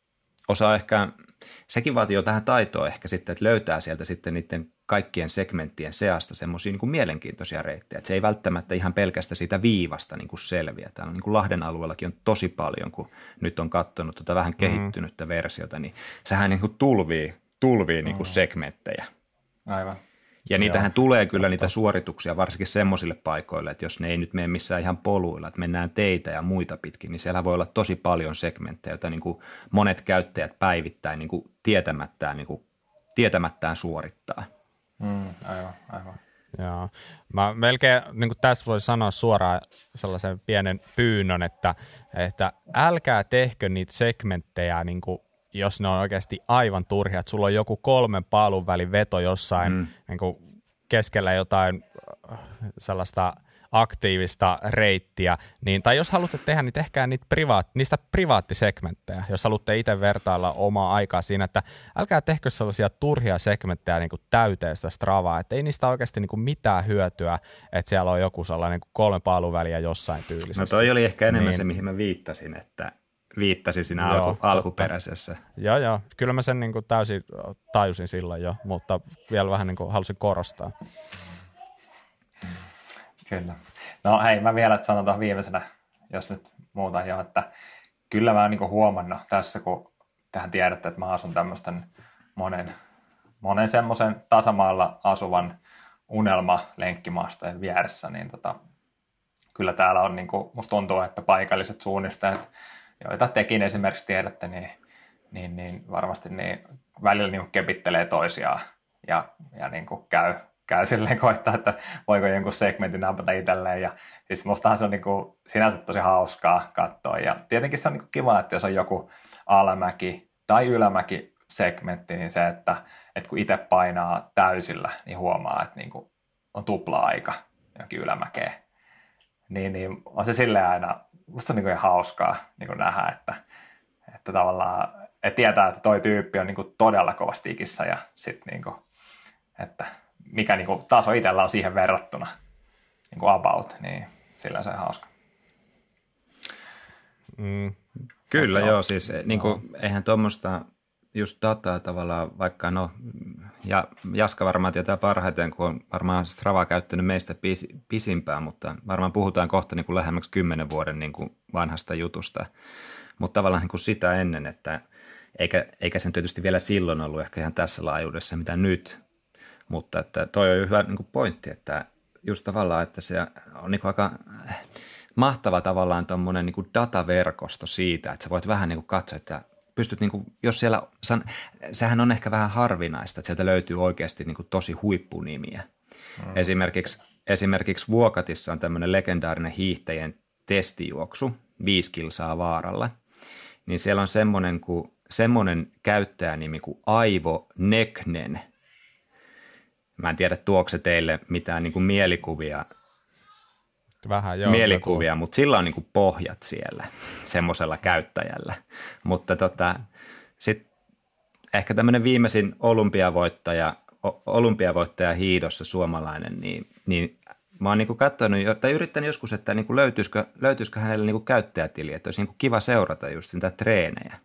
osaa ehkä, sekin vaatii jo tähän taitoa ehkä sitten, että löytää sieltä sitten niiden kaikkien segmenttien seasta semmoisia niin kuin mielenkiintoisia reittejä. Että se ei välttämättä ihan pelkästä siitä viivasta niin kuin selviä. Täällä on niin kuin Lahden alueellakin on tosi paljon, kun nyt on katsonut tuota vähän kehittynyttä mm. versiota, niin sehän niin kuin tulvii, tulvii mm. niin kuin segmenttejä. Aivan. Ja niitähän Joo, tulee kyllä totta. Niitä suorituksia varsinkin semmoisille paikoille, että jos ne ei nyt mene missään ihan poluilla, että mennään teitä ja muita pitkin, niin siellä voi olla tosi paljon segmenttejä, joita niin kuin monet käyttäjät päivittäin niin kuin tietämättään, niin kuin tietämättään suorittaa. Mm, aivan, aivan. Joo. Mä melkein niin kuin tässä voisi sanoa suoraan sellaisen pienen pyynnön, että, että älkää tehkö niitä segmenttejä niin kuin jos ne on oikeasti aivan turhia, että sulla on joku kolmen paalun välin veto jossain mm. niin kuin keskellä jotain sellaista aktiivista reittiä, niin, tai jos haluatte tehdä, niin tehkää niitä privaat, niistä privaattisegmenttejä, jos haluatte itse vertailla omaa aikaa siinä, että älkää tehkö sellaisia turhia segmenttejä niin kuin täyteen sitä Stravaa, että ei niistä oikeasti niin kuin mitään hyötyä, että siellä on joku sellainen kolmen paalun väliä jossain tyylisesti. No toi oli ehkä enemmän niin, se, mihin mä viittasin, että viittasi siinä joo, alku, alkuperäisessä. Joo, joo. Kyllä mä sen niin kuin täysin tajusin silloin jo, mutta vielä vähän niin kuin halusin korostaa. Kyllä. No hei, mä vielä sanotaan viimeisenä, jos nyt muuta jo, että kyllä mä oon niin kuin huomannut tässä, kun tähän tiedätte, että mä asun tämmöisten monen, monen semmoisen tasamaalla asuvan unelma-lenkkimaastojen vieressä, niin tota, kyllä täällä on, niin kuin, musta tuntuu, että paikalliset suunnistajat, joita tekin esimerkiksi tiedätte, niin, niin, niin varmasti niin välillä niin kepittelee toisiaan ja, ja niin käy, käy silleen koittaa, että voiko jonkun segmentin napata itselleen. Ja siis mustahan se on niin kuin sinänsä tosi hauskaa katsoa. Ja tietenkin se on niin kiva, että jos on joku alamäki tai ylämäki segmentti, niin se, että, että kun itse painaa täysillä, niin huomaa, että niin kuin on tupla-aika jonkin ylämäkeen. Niin, niin on se silleen aina, musta on niin kuin ihan hauskaa niin kuin nähdä, että, että tavallaan, että tietää, että toi tyyppi on niin kuin todella kovasti ikissä ja sitten niin kuin, että mikä niin kuin taso itsellä on siihen verrattuna niin kuin about, niin sillä se on hauska. Mm. Kyllä no, joo, siis no. Niin kuin, eihän tuommoista just dataa tavallaan, vaikka no, ja Jaska varmaan tietää parhaiten, kun on varmaan Strava käyttänyt meistä pis, pisimpään, mutta varmaan puhutaan kohta niin kuin lähemmäksi kymmenen vuoden niin kuin vanhasta jutusta, mutta tavallaan niin kuin sitä ennen, että eikä, eikä sen tietysti vielä silloin ollut ehkä ihan tässä laajuudessa, mitä nyt, mutta että toi on hyvä niin kuin pointti, että just tavallaan, että se on niin kuin aika mahtava tavallaan tuommoinen niin kuin dataverkosto siitä, että sä voit vähän niin kuin katsoa, että pystyt, niin kuin, jos siellä, sehän on ehkä vähän harvinaista, että sieltä löytyy oikeasti niin kuin tosi huippunimiä. Mm. Esimerkiksi, esimerkiksi Vuokatissa on tämmöinen legendaarinen hiihtäjien testijuoksu, viisi kilsaa vaaralla, niin siellä on semmoinen kuin semmoinen käyttäjänimi kuin Aivo Neknen. Mä en tiedä, tuoko se teille mitään niin kuin mielikuvia, Vähän, joo, mielikuvia mutta sillä on niin kuin pohjat siellä semmoisella käyttäjällä. Mutta tota, sitten ehkä tämmöinen viimeisin olympiavoittaja, olympiavoittaja hiidossa suomalainen, niin, niin mä oon niinku katsonut, tai yrittänyt joskus, että niinku löytyisikö, löytyisikö hänelle niinku käyttäjätili, että olisi niinku kiva seurata just niitä treenejä.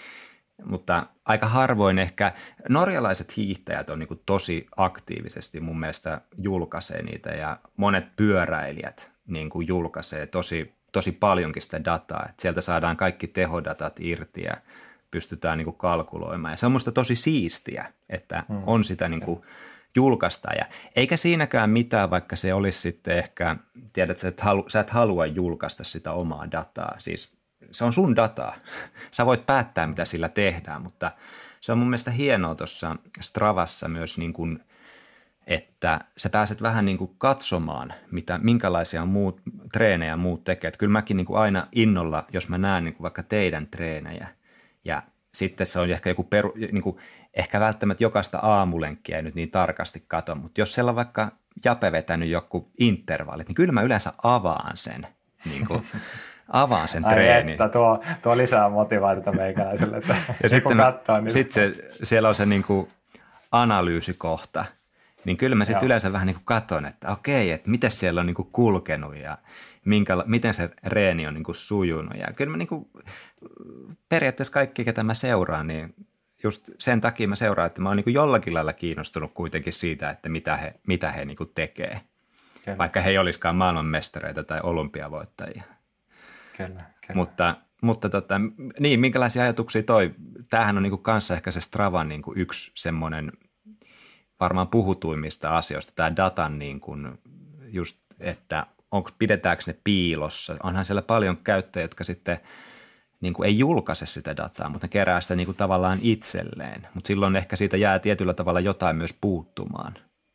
Mutta aika harvoin ehkä norjalaiset hiihtäjät on niinku tosi aktiivisesti mun mielestä julkaisee niitä, ja monet pyöräilijät niinku julkaisee tosi, tosi paljonkin sitä dataa, että sieltä saadaan kaikki tehodatat irti ja pystytään niinku kalkuloimaan. Ja se on musta tosi siistiä, että hmm. on sitä niinku julkaista. Ja eikä siinäkään mitään, vaikka se olisi sitten ehkä, tiedät, sä et, halu, sä et halua julkaista sitä omaa dataa. Siis se on sun dataa. Sä voit päättää, mitä sillä tehdään, mutta se on mun mielestä hienoa tuossa Stravassa myös, niin kuin, että sä pääset vähän niin kuin katsomaan, mitä, minkälaisia muut, treenejä muut tekee. Että kyllä mäkin niin kuin aina innolla, jos mä näen niin kuin vaikka teidän treenejä, ja sitten se on ehkä joku peru, niin kuin, ehkä välttämättä jokaista aamulenkkiä ei nyt niin tarkasti kato, mutta jos siellä on vaikka Jape vetänyt joku intervallit, niin kyllä mä yleensä avaan sen, niin kuin, avaan sen treenin. Että tuo, tuo lisää motivaatiota meikäläiselle, että ja sitten katsoo, niin... sit se, siellä on se niin kuin analyysikohta, niin kyllä mä sitten yleensä vähän niin kuin katon, että okei, että miten siellä on niin kuin kulkenut ja minkä, miten se reeni on niin kuin sujunut. Ja kyllä mä niin kuin, periaatteessa kaikki, ketä mä seuraan, niin just sen takia mä seuraan, että mä oon niin kuin jollakin lailla kiinnostunut kuitenkin siitä, että mitä he, mitä he niin kuin tekee, kyllä. Vaikka he ei olisikaan maailmanmestareita tai olympiavoittajia. Kyllä, kyllä. Mutta, mutta tota, niin, minkälaisia ajatuksia toi? Tämähän on niin kuin kanssa ehkä se Stravan niin kuin yksi semmoinen varmaan puhutuimmista asioista, tämä datan niin kuin just, että onko, pidetäänkö ne piilossa. Onhan siellä paljon käyttäjiä, jotka sitten niin kuin ei julkaise sitä dataa, mutta ne kerää sitä niin kuin tavallaan itselleen. Mutta silloin ehkä siitä jää tietyllä tavalla jotain myös puuttumaan.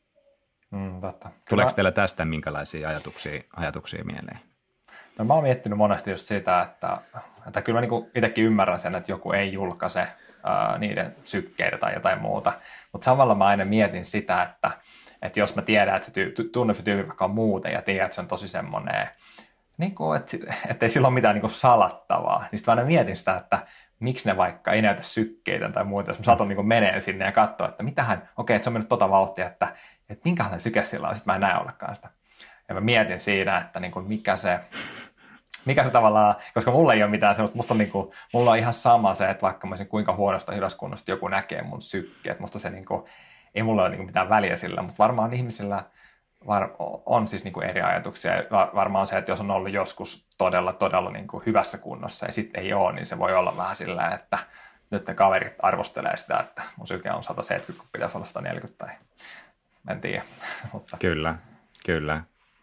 Mm, totta. Tuleeko teillä tästä minkälaisia ajatuksia, ajatuksia mieleen? No, mä oon miettinyt monesti just sitä, että, että kyllä mä niin itsekin ymmärrän sen, että joku ei julkaise ää, niiden sykkeitä tai jotain muuta, mutta samalla mä aina mietin sitä, että, että jos mä tiedän, että se tyy- tunnen se tyyppi vaikka on muuten ja tiedän, että se on tosi semmoinen, niin kuin, että, että ei sillä ole mitään niin kuin salattavaa, niin sitten mä aina mietin sitä, että miksi ne vaikka ei näytä sykkeitä tai muuta, jos mä saatan niin menee sinne ja katsoa, että mitähän, okei, että se on mennyt tota vauhtia, että, että minkälainen syke sillä on, sitten mä en näe ollenkaan sitä. Ja mä mietin siinä, että niin kuin mikä se... Mikä se tavallaan, koska mulla ei ole mitään sellaista, musta on, niin kuin, mulla on ihan sama se, että vaikka mä olisin kuinka huonosta hyväskunnosta joku näkee mun sykkeet, musta se niin kuin, ei mulla ole niin kuin mitään väliä sillä, mutta varmaan ihmisillä var, on siis niin kuin eri ajatuksia. Varmaan se, että jos on ollut joskus todella, todella niin kuin hyvässä kunnossa ja sitten ei ole, niin se voi olla vähän sillä, että nyt ne kaverit arvostelee sitä, että mun syke on sata seitsemänkymmentä, kun pitäisi olla sata neljäkymmentä tai en tiedä. mutta. Kyllä, kyllä.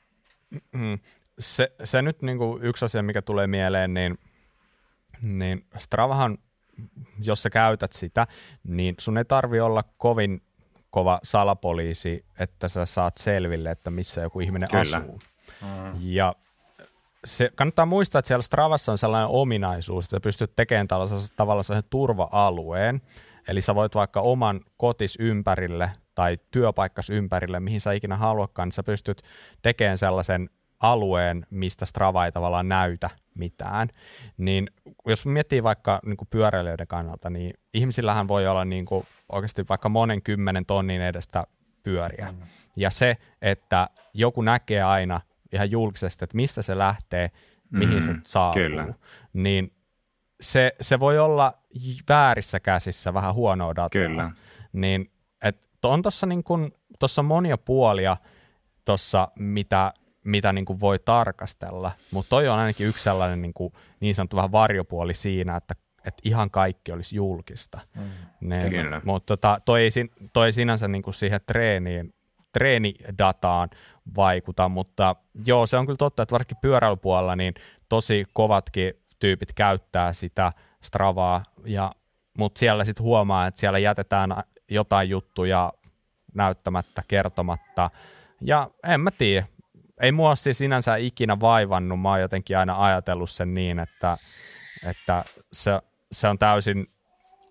Mm. Se, se nyt niin kuin yksi asia, mikä tulee mieleen, niin, niin Stravahan, jos sä käytät sitä, niin sun ei tarvi olla kovin kova salapoliisi, että sä saat selville, että missä joku ihminen Kyllä. asuu. Mm. Ja se, kannattaa muistaa, että siellä Stravassa on sellainen ominaisuus, että sä pystyt tekemään tavallaan sellaisen turva-alueen, eli sä voit vaikka oman kotis ympärille tai työpaikkas ympärille, mihin sä ikinä haluatkaan, niin sä pystyt tekemään sellaisen alueen, mistä Strava ei tavallaan näytä mitään, niin jos miettii vaikka niin kuin pyöräilijöiden kannalta, niin ihmisillähän voi olla niin kuin oikeasti vaikka monen kymmenen tonnin edestä pyöriä. Mm. Ja se, että joku näkee aina ihan julkisesti, että mistä se lähtee, mihin mm, se saapuu, kyllä. niin se, se voi olla väärissä käsissä vähän huonoa dataa. Kyllä. Niin, et on tuossa niin kuin, monia puolia, tossa, mitä mitä niin kuin voi tarkastella, mutta toi on ainakin yksi sellainen niin, kuin, niin sanottu vähän varjopuoli siinä, että, että ihan kaikki olisi julkista. Mm. Ne, mutta tota, toi, ei, toi ei sinänsä niin kuin siihen treeniin, treenidataan vaikuta, mutta joo, se on kyllä totta, että varsinkin pyöräilypuolella niin tosi kovatkin tyypit käyttää sitä Stravaa, ja, mutta siellä sitten huomaa, että siellä jätetään jotain juttuja näyttämättä, kertomatta, ja en mä tiedä, ei mua siis sinänsä ikinä vaivannut, mä oon jotenkin aina ajatellut sen niin, että, että se, se on täysin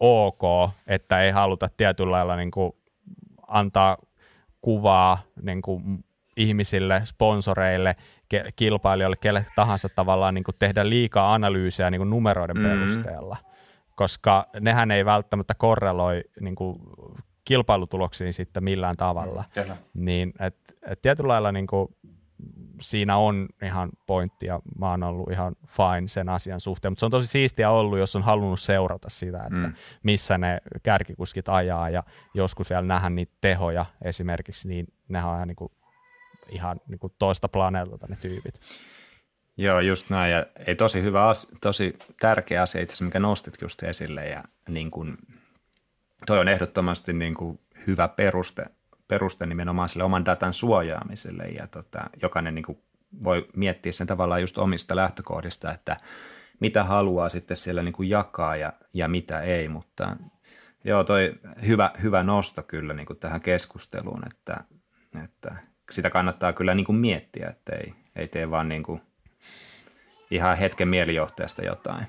ok, että ei haluta tietyllä lailla niin kuin antaa kuvaa niin kuin ihmisille, sponsoreille, ke- kilpailijoille, kelle tahansa tavallaan niin kuin tehdä liikaa analyysejä niin kuin numeroiden mm-hmm. perusteella, koska nehän ei välttämättä korreloi niin kuin kilpailutuloksiin sitten millään tavalla. Mm, niin et, et tietyllä lailla niin kuin siinä on ihan pointti ja mä oon ollut ihan fine sen asian suhteen, mutta se on tosi siistiä ollut, jos on halunnut seurata sitä, että mm. missä ne kärkikuskit ajaa ja joskus vielä nähdä niitä tehoja esimerkiksi, niin nehän on ihan, niin kuin, ihan niin kuin toista planeetalta ne tyypit. Joo, just näin ja ei tosi hyvä asia, tosi tärkeä asia itse asiassa, mikä nostit just esille ja niin kuin, toi on ehdottomasti niin kuin hyvä peruste peruste nimenomaan sille oman datan suojaamiselle ja tota, jokainen niin kuin voi miettiä sen tavallaan just omista lähtökohdista, että mitä haluaa sitten siellä niin kuin jakaa ja, ja mitä ei, mutta joo toi hyvä, hyvä nosto kyllä niin kuin tähän keskusteluun, että, että sitä kannattaa kyllä niin kuin miettiä, että ei, ei tee vaan niin kuin ihan hetken mielijohteesta jotain.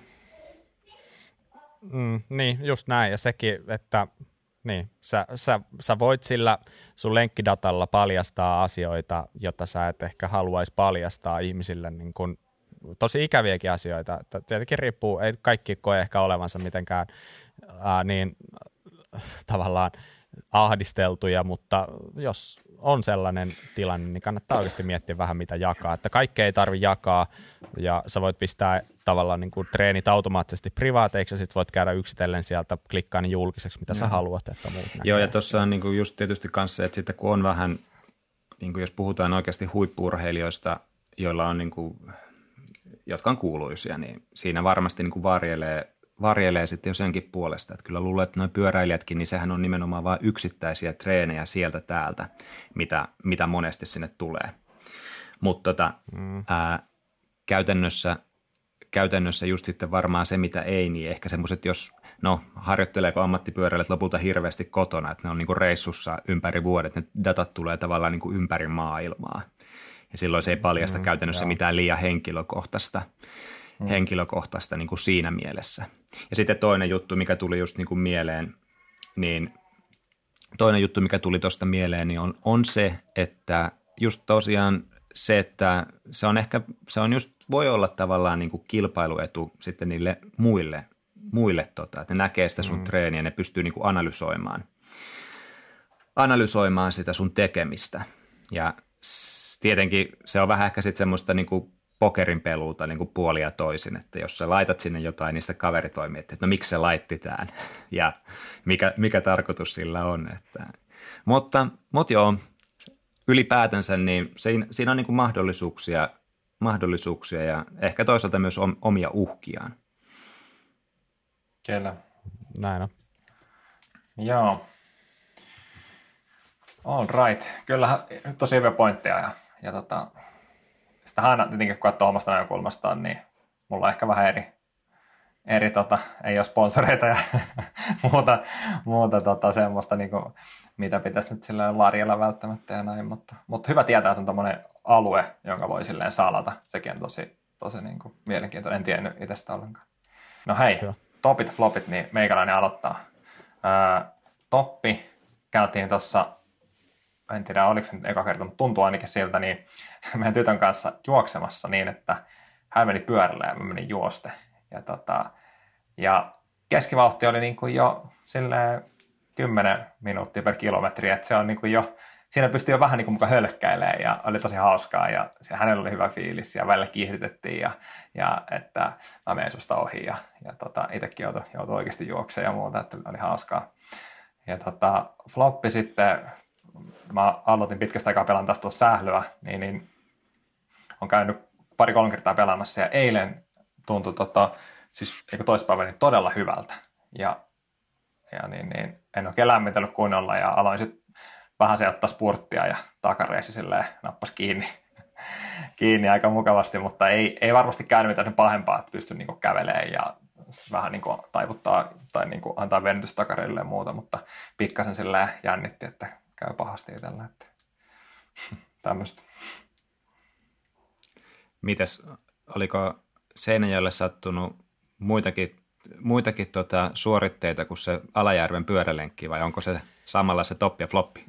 Mm, niin, just näin ja sekin, että niin, sä, sä, sä voit sillä sun lenkkidatalla paljastaa asioita, joita sä et ehkä haluaisi paljastaa ihmisille niin kun, tosi ikäviäkin asioita. Että tietenkin riippuu, ei kaikki koe ehkä olevansa mitenkään ää, niin tavallaan ahdisteltuja, mutta jos on sellainen tilanne, niin kannattaa oikeasti miettiä vähän mitä jakaa. Että kaikkea ei tarvitse jakaa ja sä voit pistää tavallaan niin kuin treenit automaattisesti privaateiksi ja sit voit käydä yksitellen sieltä klikkaa ne julkiseksi, mitä sä haluat, että muut näkee. Joo ja tuossa on niin kuin just tietysti kanssa, että sitten kun on vähän, niin kuin jos puhutaan oikeasti huippu-urheilijoista, joilla on niin kuin, jotka on kuuluisia, niin siinä varmasti niin kuin varjelee varjelee sitten jo senkin puolesta, että kyllä luulen, että nuo pyöräilijätkin, niin sehän on nimenomaan vain yksittäisiä treenejä sieltä täältä, mitä, mitä monesti sinne tulee. Mutta tota, mm. ää, käytännössä, käytännössä just sitten varmaan se, mitä ei, niin ehkä semmoiset, jos, no harjoitteleeko ammattipyöräilijät lopulta hirveästi kotona, että ne on niinku reissussa ympäri vuodet, ne datat tulee tavallaan niinku ympäri maailmaa, ja silloin se ei paljasta mm, käytännössä joo. mitään liian henkilökohtaista. Hmm. henkilökohtaista niin kuin siinä mielessä. Ja sitten toinen juttu, mikä tuli just niin kuin mieleen, niin toinen juttu, mikä tuli tuosta mieleen, niin on, on se, että just tosiaan se, että se on ehkä, se on just, voi olla tavallaan niin kuin kilpailuetu sitten niille muille, muille tota, että ne näkee sitä sun hmm. treeniä, ne pystyy niin kuin analysoimaan, analysoimaan sitä sun tekemistä. Ja tietenkin se on vähän ehkä sitten semmoista niin kuin pokerin peluuta niin kuin puoli ja toisin, että jos sä laitat sinne jotain, niin sitten kaveri toimii, että no miksi se laitti tämän ja mikä, mikä tarkoitus sillä on. Että. Mutta, mutta joo, ylipäätänsä niin siinä, siinä on niin kuin mahdollisuuksia, mahdollisuuksia ja ehkä toisaalta myös omia uhkiaan. Kyllä. Näin on. Joo. All right. Kyllähän tosi hyviä pointteja ja, ja tota, sitä aina tietenkin kun katsoo omasta näkökulmastaan, niin mulla on ehkä vähän eri, eri tota, ei ole sponsoreita ja muuta, muuta tota, semmoista, niin kuin, mitä pitäisi nyt silleen larjella välttämättä ja näin, mutta, mutta hyvä tietää, että on tommoinen alue, jonka voi silleen salata. Sekin on tosi, tosi niin kuin, mielenkiintoinen, en tiennyt itsestä ollenkaan. No hei, Joo. topit ja flopit, niin meikäläinen aloittaa. Ää, toppi, käytiin tuossa, en tiedä oliko se nyt eka kerta, mutta tuntuu ainakin siltä, niin meidän tytön kanssa juoksemassa niin, että hän meni pyörällä ja mä menin juoste. Ja, tota, ja keskivauhti oli niin kuin jo silleen kymmenen minuuttia per kilometri, että se on niin kuin jo, siinä pystyi jo vähän niin kuin mukaan hölkkäilemään ja oli tosi hauskaa ja se, hänellä oli hyvä fiilis ja välillä kiihdytettiin ja, ja että mä menen susta ohi ja, ja tota, itsekin joutui, joutui oikeasti juoksemaan ja muuta, että oli hauskaa. Ja tota, floppi sitten, mä aloitin pitkästä aikaa pelaan taas tuossa sählyä, niin, niin on käynyt pari-kolme kertaa pelaamassa ja eilen tuntui tota, siis toissapäivänä niin todella hyvältä. Ja, ja niin, niin, en oikein lämmitellyt kunnolla ja aloin sitten vähän se ottaa spurttia ja takareisi silleen nappas kiinni, kiinni aika mukavasti, mutta ei, ei varmasti käynyt mitään sen pahempaa, että pystyn niinku kävelemään ja vähän niinku taivuttaa tai niinku antaa venytys takareille ja muuta, mutta pikkasen silleen jännitti, että käy pahasti itsellä, että tämmöistä. Mites, oliko Seinäjoelle sattunut muitakin muitakin tota, suoritteita kuin se Alajärven pyörälenkki vai onko se samalla se toppi ja floppi?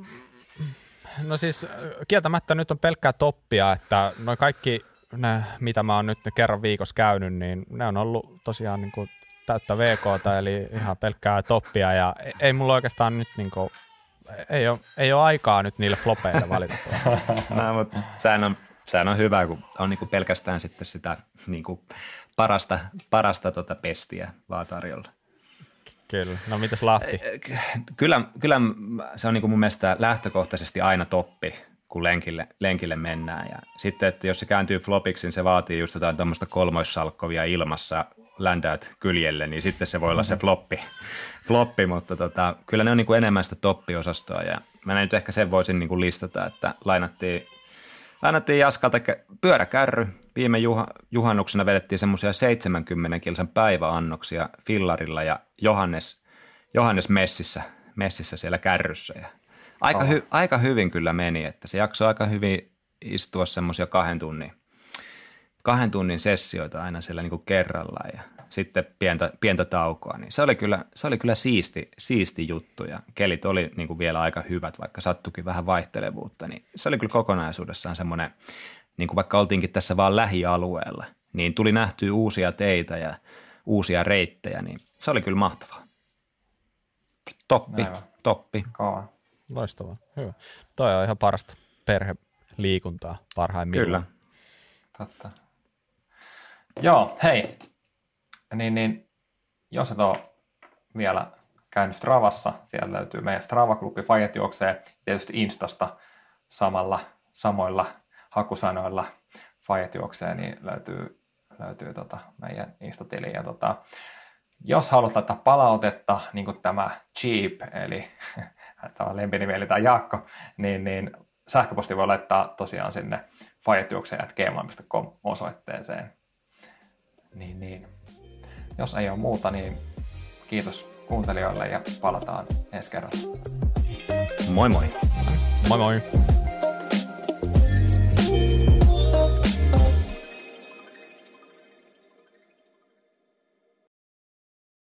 No siis kieltämättä nyt on pelkkää toppia, että noi kaikki ne, mitä mä oon nyt kerran viikossa käynyt, niin ne on ollut tosiaan niin kuin täyttä V K:ta, eli ihan pelkkää toppia ja ei mulla oikeastaan nyt niin kuin, ei ole, ei ole aikaa nyt niille flopeille valitettavasti. No, mutta sehän on, sehän on hyvä, kun on niin kuin pelkästään sitten sitä niin kuin parasta, parasta tota pestiä vaan tarjolla. Kyllä. No mitäs Lahti? Kyllä, kyllä se on niin kuin mun mielestä lähtökohtaisesti aina toppi, kun lenkille, lenkille mennään. Ja sitten, että jos se kääntyy flopiksi, niin se vaatii just jotain tämmöistä kolmoissalkkovia ilmassa, ländäät kyljelle, niin sitten se voi olla se floppi, floppi mutta tota, kyllä ne on niin kuin enemmän sitä toppiosastoa. Ja mä nyt ehkä sen voisin niin kuin listata, että lainattiin, lainattiin Jaskalta pyöräkärry. Viime juha, juhannuksena vedettiin semmoisia seitsemänkymmentä kilsan päiväannoksia fillarilla ja Johannes, Johannes messissä, messissä siellä kärryssä. Ja aika, hy, aika hyvin kyllä meni, että se jaksoi aika hyvin istua semmoisia kahden tunnin, kahden tunnin sessioita aina siellä niin kuin kerrallaan ja sitten pientä, pientä taukoa. Niin se oli kyllä, se oli kyllä siisti, siisti juttu ja kelit oli niin kuin vielä aika hyvät, vaikka sattukin vähän vaihtelevuutta. Niin se oli kyllä kokonaisuudessaan semmoinen, niin kuin vaikka oltiinkin tässä vaan lähialueella, niin tuli nähtyä uusia teitä ja uusia reittejä, niin se oli kyllä mahtavaa. Toppi, Aivan. toppi. Kova. Loistavaa, hyvä. Toi on ihan parasta perheliikuntaa parhaimmillaan. Kyllä. Totta. Joo, hei. Niin, niin, jos et ole vielä käynyt Stravassa, siellä löytyy meidän Strava-klubi, Fajet juoksee tietysti Instasta samalla, samoilla hakusanoilla Fajet juoksee, niin löytyy, löytyy tota meidän Insta-tili. Ja tota, jos haluat laittaa palautetta, niin kuin tämä Cheap, eli tämä lempinimi, eli tämä Jaakko, niin, niin sähköposti voi laittaa tosiaan sinne fajetjuokseen at gmail piste com osoitteeseen. Niin, niin. Jos ei ole muuta, niin kiitos kuuntelijoille ja palataan ensi kerralla. Moi moi! Moi moi!